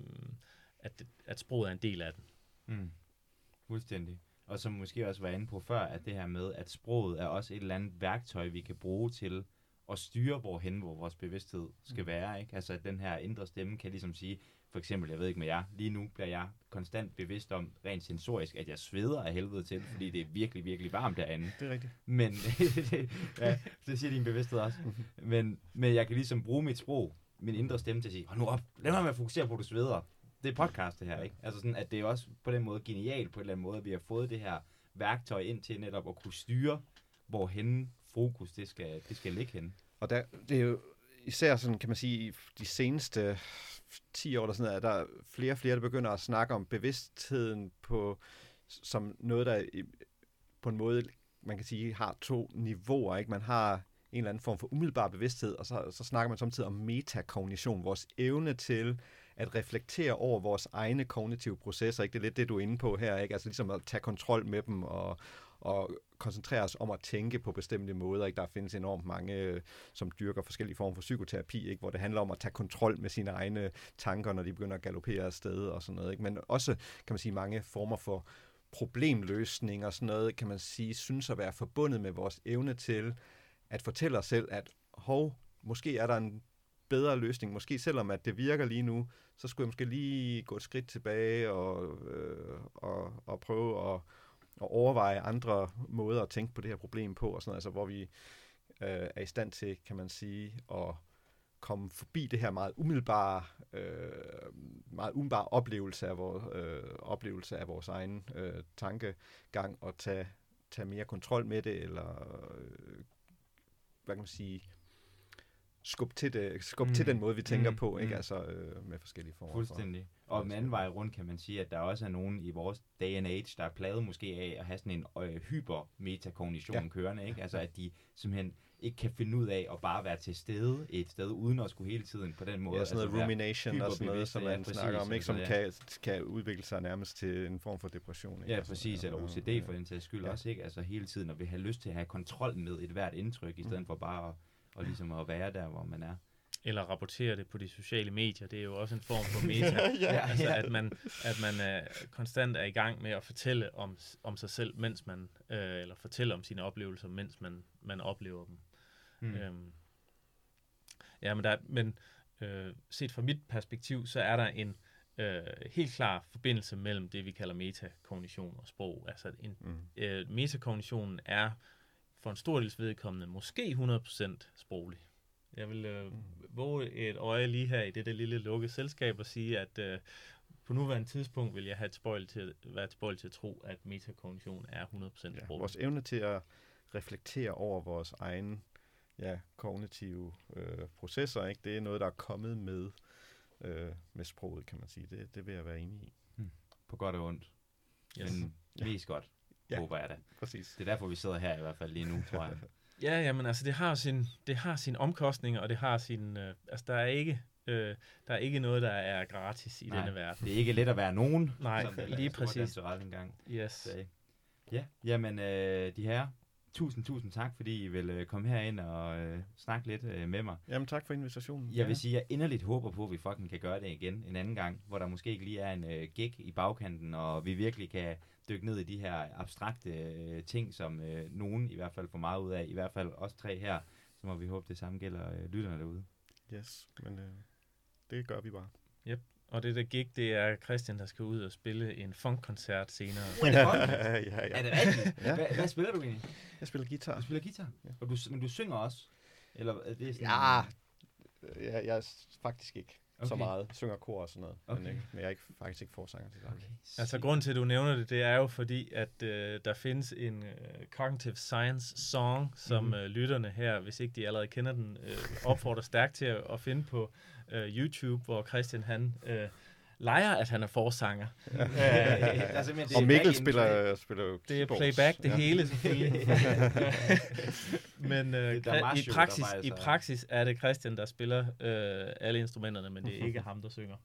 at sproget er en del af den. Fuldstændig. Og som måske også var inde på før, at det her med, at sproget er også et eller andet værktøj, vi kan bruge til at styre, hvor vores bevidsthed skal være, ikke? Altså, at den her indre stemme kan ligesom sige, for eksempel, jeg ved ikke med jer, lige nu bliver jeg konstant bevidst om, rent sensorisk, at jeg sveder af helvede til, fordi det er virkelig, virkelig varmt derinde. Det er rigtigt. Men, ja, det siger din bevidsthed også. Men jeg kan ligesom bruge mit sprog, min indre stemme til at sige, hold nu op, lad mig med at fokusere på, at du sveder. Det er podcast det her, ikke? Altså sådan, at det er også på den måde genialt, på en eller anden måde, at vi har fået det her værktøj ind til netop at kunne styre, hvorhen fokus det skal ligge henne. Og det er jo især sådan, kan man sige, de seneste 10 år, eller sådan noget, er der flere og flere, der begynder at snakke om bevidstheden som noget, der på en måde, man kan sige, har 2 niveauer. Ikke? Man har en eller anden form for umiddelbar bevidsthed, og så snakker man samtidig om metakognition, vores evne til at reflektere over vores egne kognitive processer. Ikke? Det er lidt det, du er inde på her. Ikke? Altså ligesom at tage kontrol med dem og koncentrere os om at tænke på bestemte måder. Ikke? Der findes enormt mange, som dyrker forskellige former for psykoterapi, ikke? Hvor det handler om at tage kontrol med sine egne tanker, når de begynder at galopere afsted og sådan noget. Ikke? Men også, kan man sige, mange former for problemløsning og sådan noget, kan man sige, synes at være forbundet med vores evne til at fortælle os selv, at måske er der en bedre løsning. Måske selvom at det virker lige nu, så skulle jeg måske lige gå et skridt tilbage og prøve at overveje andre måder at tænke på det her problem på, og sådan noget, altså hvor vi er i stand til, kan man sige, at komme forbi det her meget umiddelbare oplevelse af vores egen tankegang, og tage mere kontrol med det, eller hvad kan man sige, skub til den måde, vi tænker på, ikke? Altså med forskellige former. Fuldstændig. Og den anden vej rundt kan man sige, at der også er nogen i vores day and age, der er plaget måske af at have sådan en hypermetakognition kørende, ikke? Altså at de simpelthen ikke kan finde ud af at bare være til stede et sted, uden at skulle hele tiden på den måde. Ja, sådan noget rumination og sådan noget, som man snakker om, ikke? Som kan udvikle sig nærmest til en form for depression. Ikke? Ja, præcis. Eller OCD for den sags skyld også, ikke? Altså hele tiden at vi har lyst til at have kontrol med et hvert indtryk, i stedet for bare og ligesom at være der, hvor man er. Eller rapportere det på de sociale medier, det er jo også en form for meta. Altså at man konstant er i gang med at fortælle om sig selv, mens man, eller fortælle om sine oplevelser, mens man oplever dem. Men set fra mit perspektiv, så er der en helt klar forbindelse mellem det, vi kalder metakognition og sprog. Altså metakognitionen er for en stor dels vedkommende måske 100% sproglig. Jeg vil våge et øje lige her i det lille lukkede selskab og sige, at på nuværende tidspunkt vil jeg være tilbøjelig til at tro, at metakognition er 100% sproglig. Vores evne til at reflektere over vores egen kognitive processer, ikke? Det er noget, der er kommet med sproget, kan man sige. Det vil jeg være enig i. På godt og ondt. Yes. Men mest godt, håber jeg da. Præcis. Det er derfor, vi sidder her i hvert fald lige nu, tror jeg. Men altså, det har sin omkostninger, og det har sin... altså, der er ikke noget, der er gratis i denne verden. Det er ikke let at være nogen. Nej, lige præcis. Engang. Yes. Ja, jamen, de her. Tusind tak, fordi I vil komme herind og snakke lidt med mig. Jamen, tak for invitationen. Jeg vil sige, at jeg inderligt håber på, at vi fucking kan gøre det igen en anden gang, hvor der måske ikke lige er en gig i bagkanten, og vi virkelig kan dykke ned i de her abstrakte ting, som nogen i hvert fald får meget ud af, i hvert fald os 3 her, så må vi håbe, det samme gælder lytterne derude. Yes, men det gør vi bare. Yep. Og det der gig, det er Christian, der skal ud og spille en funkkoncert senere. Er det rigtigt? Ja. Hvad spiller du egentlig? Jeg spiller guitar. Du spiller guitar? Ja. Men du synger også? Eller er det sådan jeg er faktisk ikke så meget. Jeg synger kor og sådan noget. Okay. Men jeg er faktisk ikke forsanger til det. Okay. Altså grunden til, at du nævner det, det er jo fordi, at der findes en cognitive science song, som lytterne her, hvis ikke de allerede kender den, opfordrer stærkt til at finde på YouTube, hvor Christian han leger, at han er forsanger. Og Mikkel spiller det er playback, det hele selvfølgelig. Men i praksis er det Christian, der spiller alle instrumenterne, men det er ikke ham, der synger.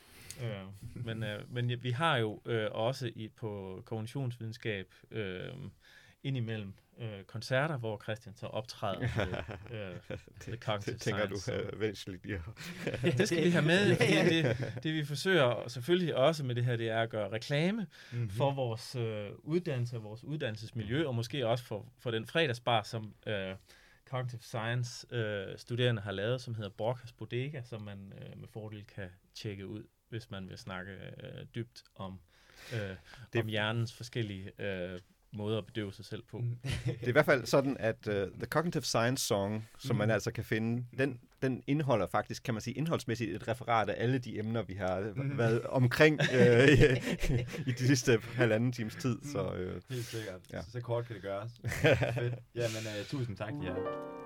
Men vi har jo også på kognitionsvidenskab indimellem koncerter, hvor Christian så optræder The Cognitive det tænker Science. Du væsentligt lige. Det skal vi have med, fordi det vi forsøger selvfølgelig også med det her, det er at gøre reklame for vores uddannelse og vores uddannelsesmiljø, og måske også for den fredagsbar, som Cognitive Science studerende har lavet, som hedder Borkas Bodega, som man med fordel kan tjekke ud, hvis man vil snakke dybt om hjernens forskellige måder at bedøve sig selv på. Det er i hvert fald sådan, at The Cognitive Science Song, som man altså kan finde, den indeholder faktisk, kan man sige, indholdsmæssigt et referat af alle de emner, vi har været omkring i de sidste 1,5 times tid. Så, helt sikkert. Ja. Så kort kan det gøres. Fedt. Jamen, tusind tak, ja.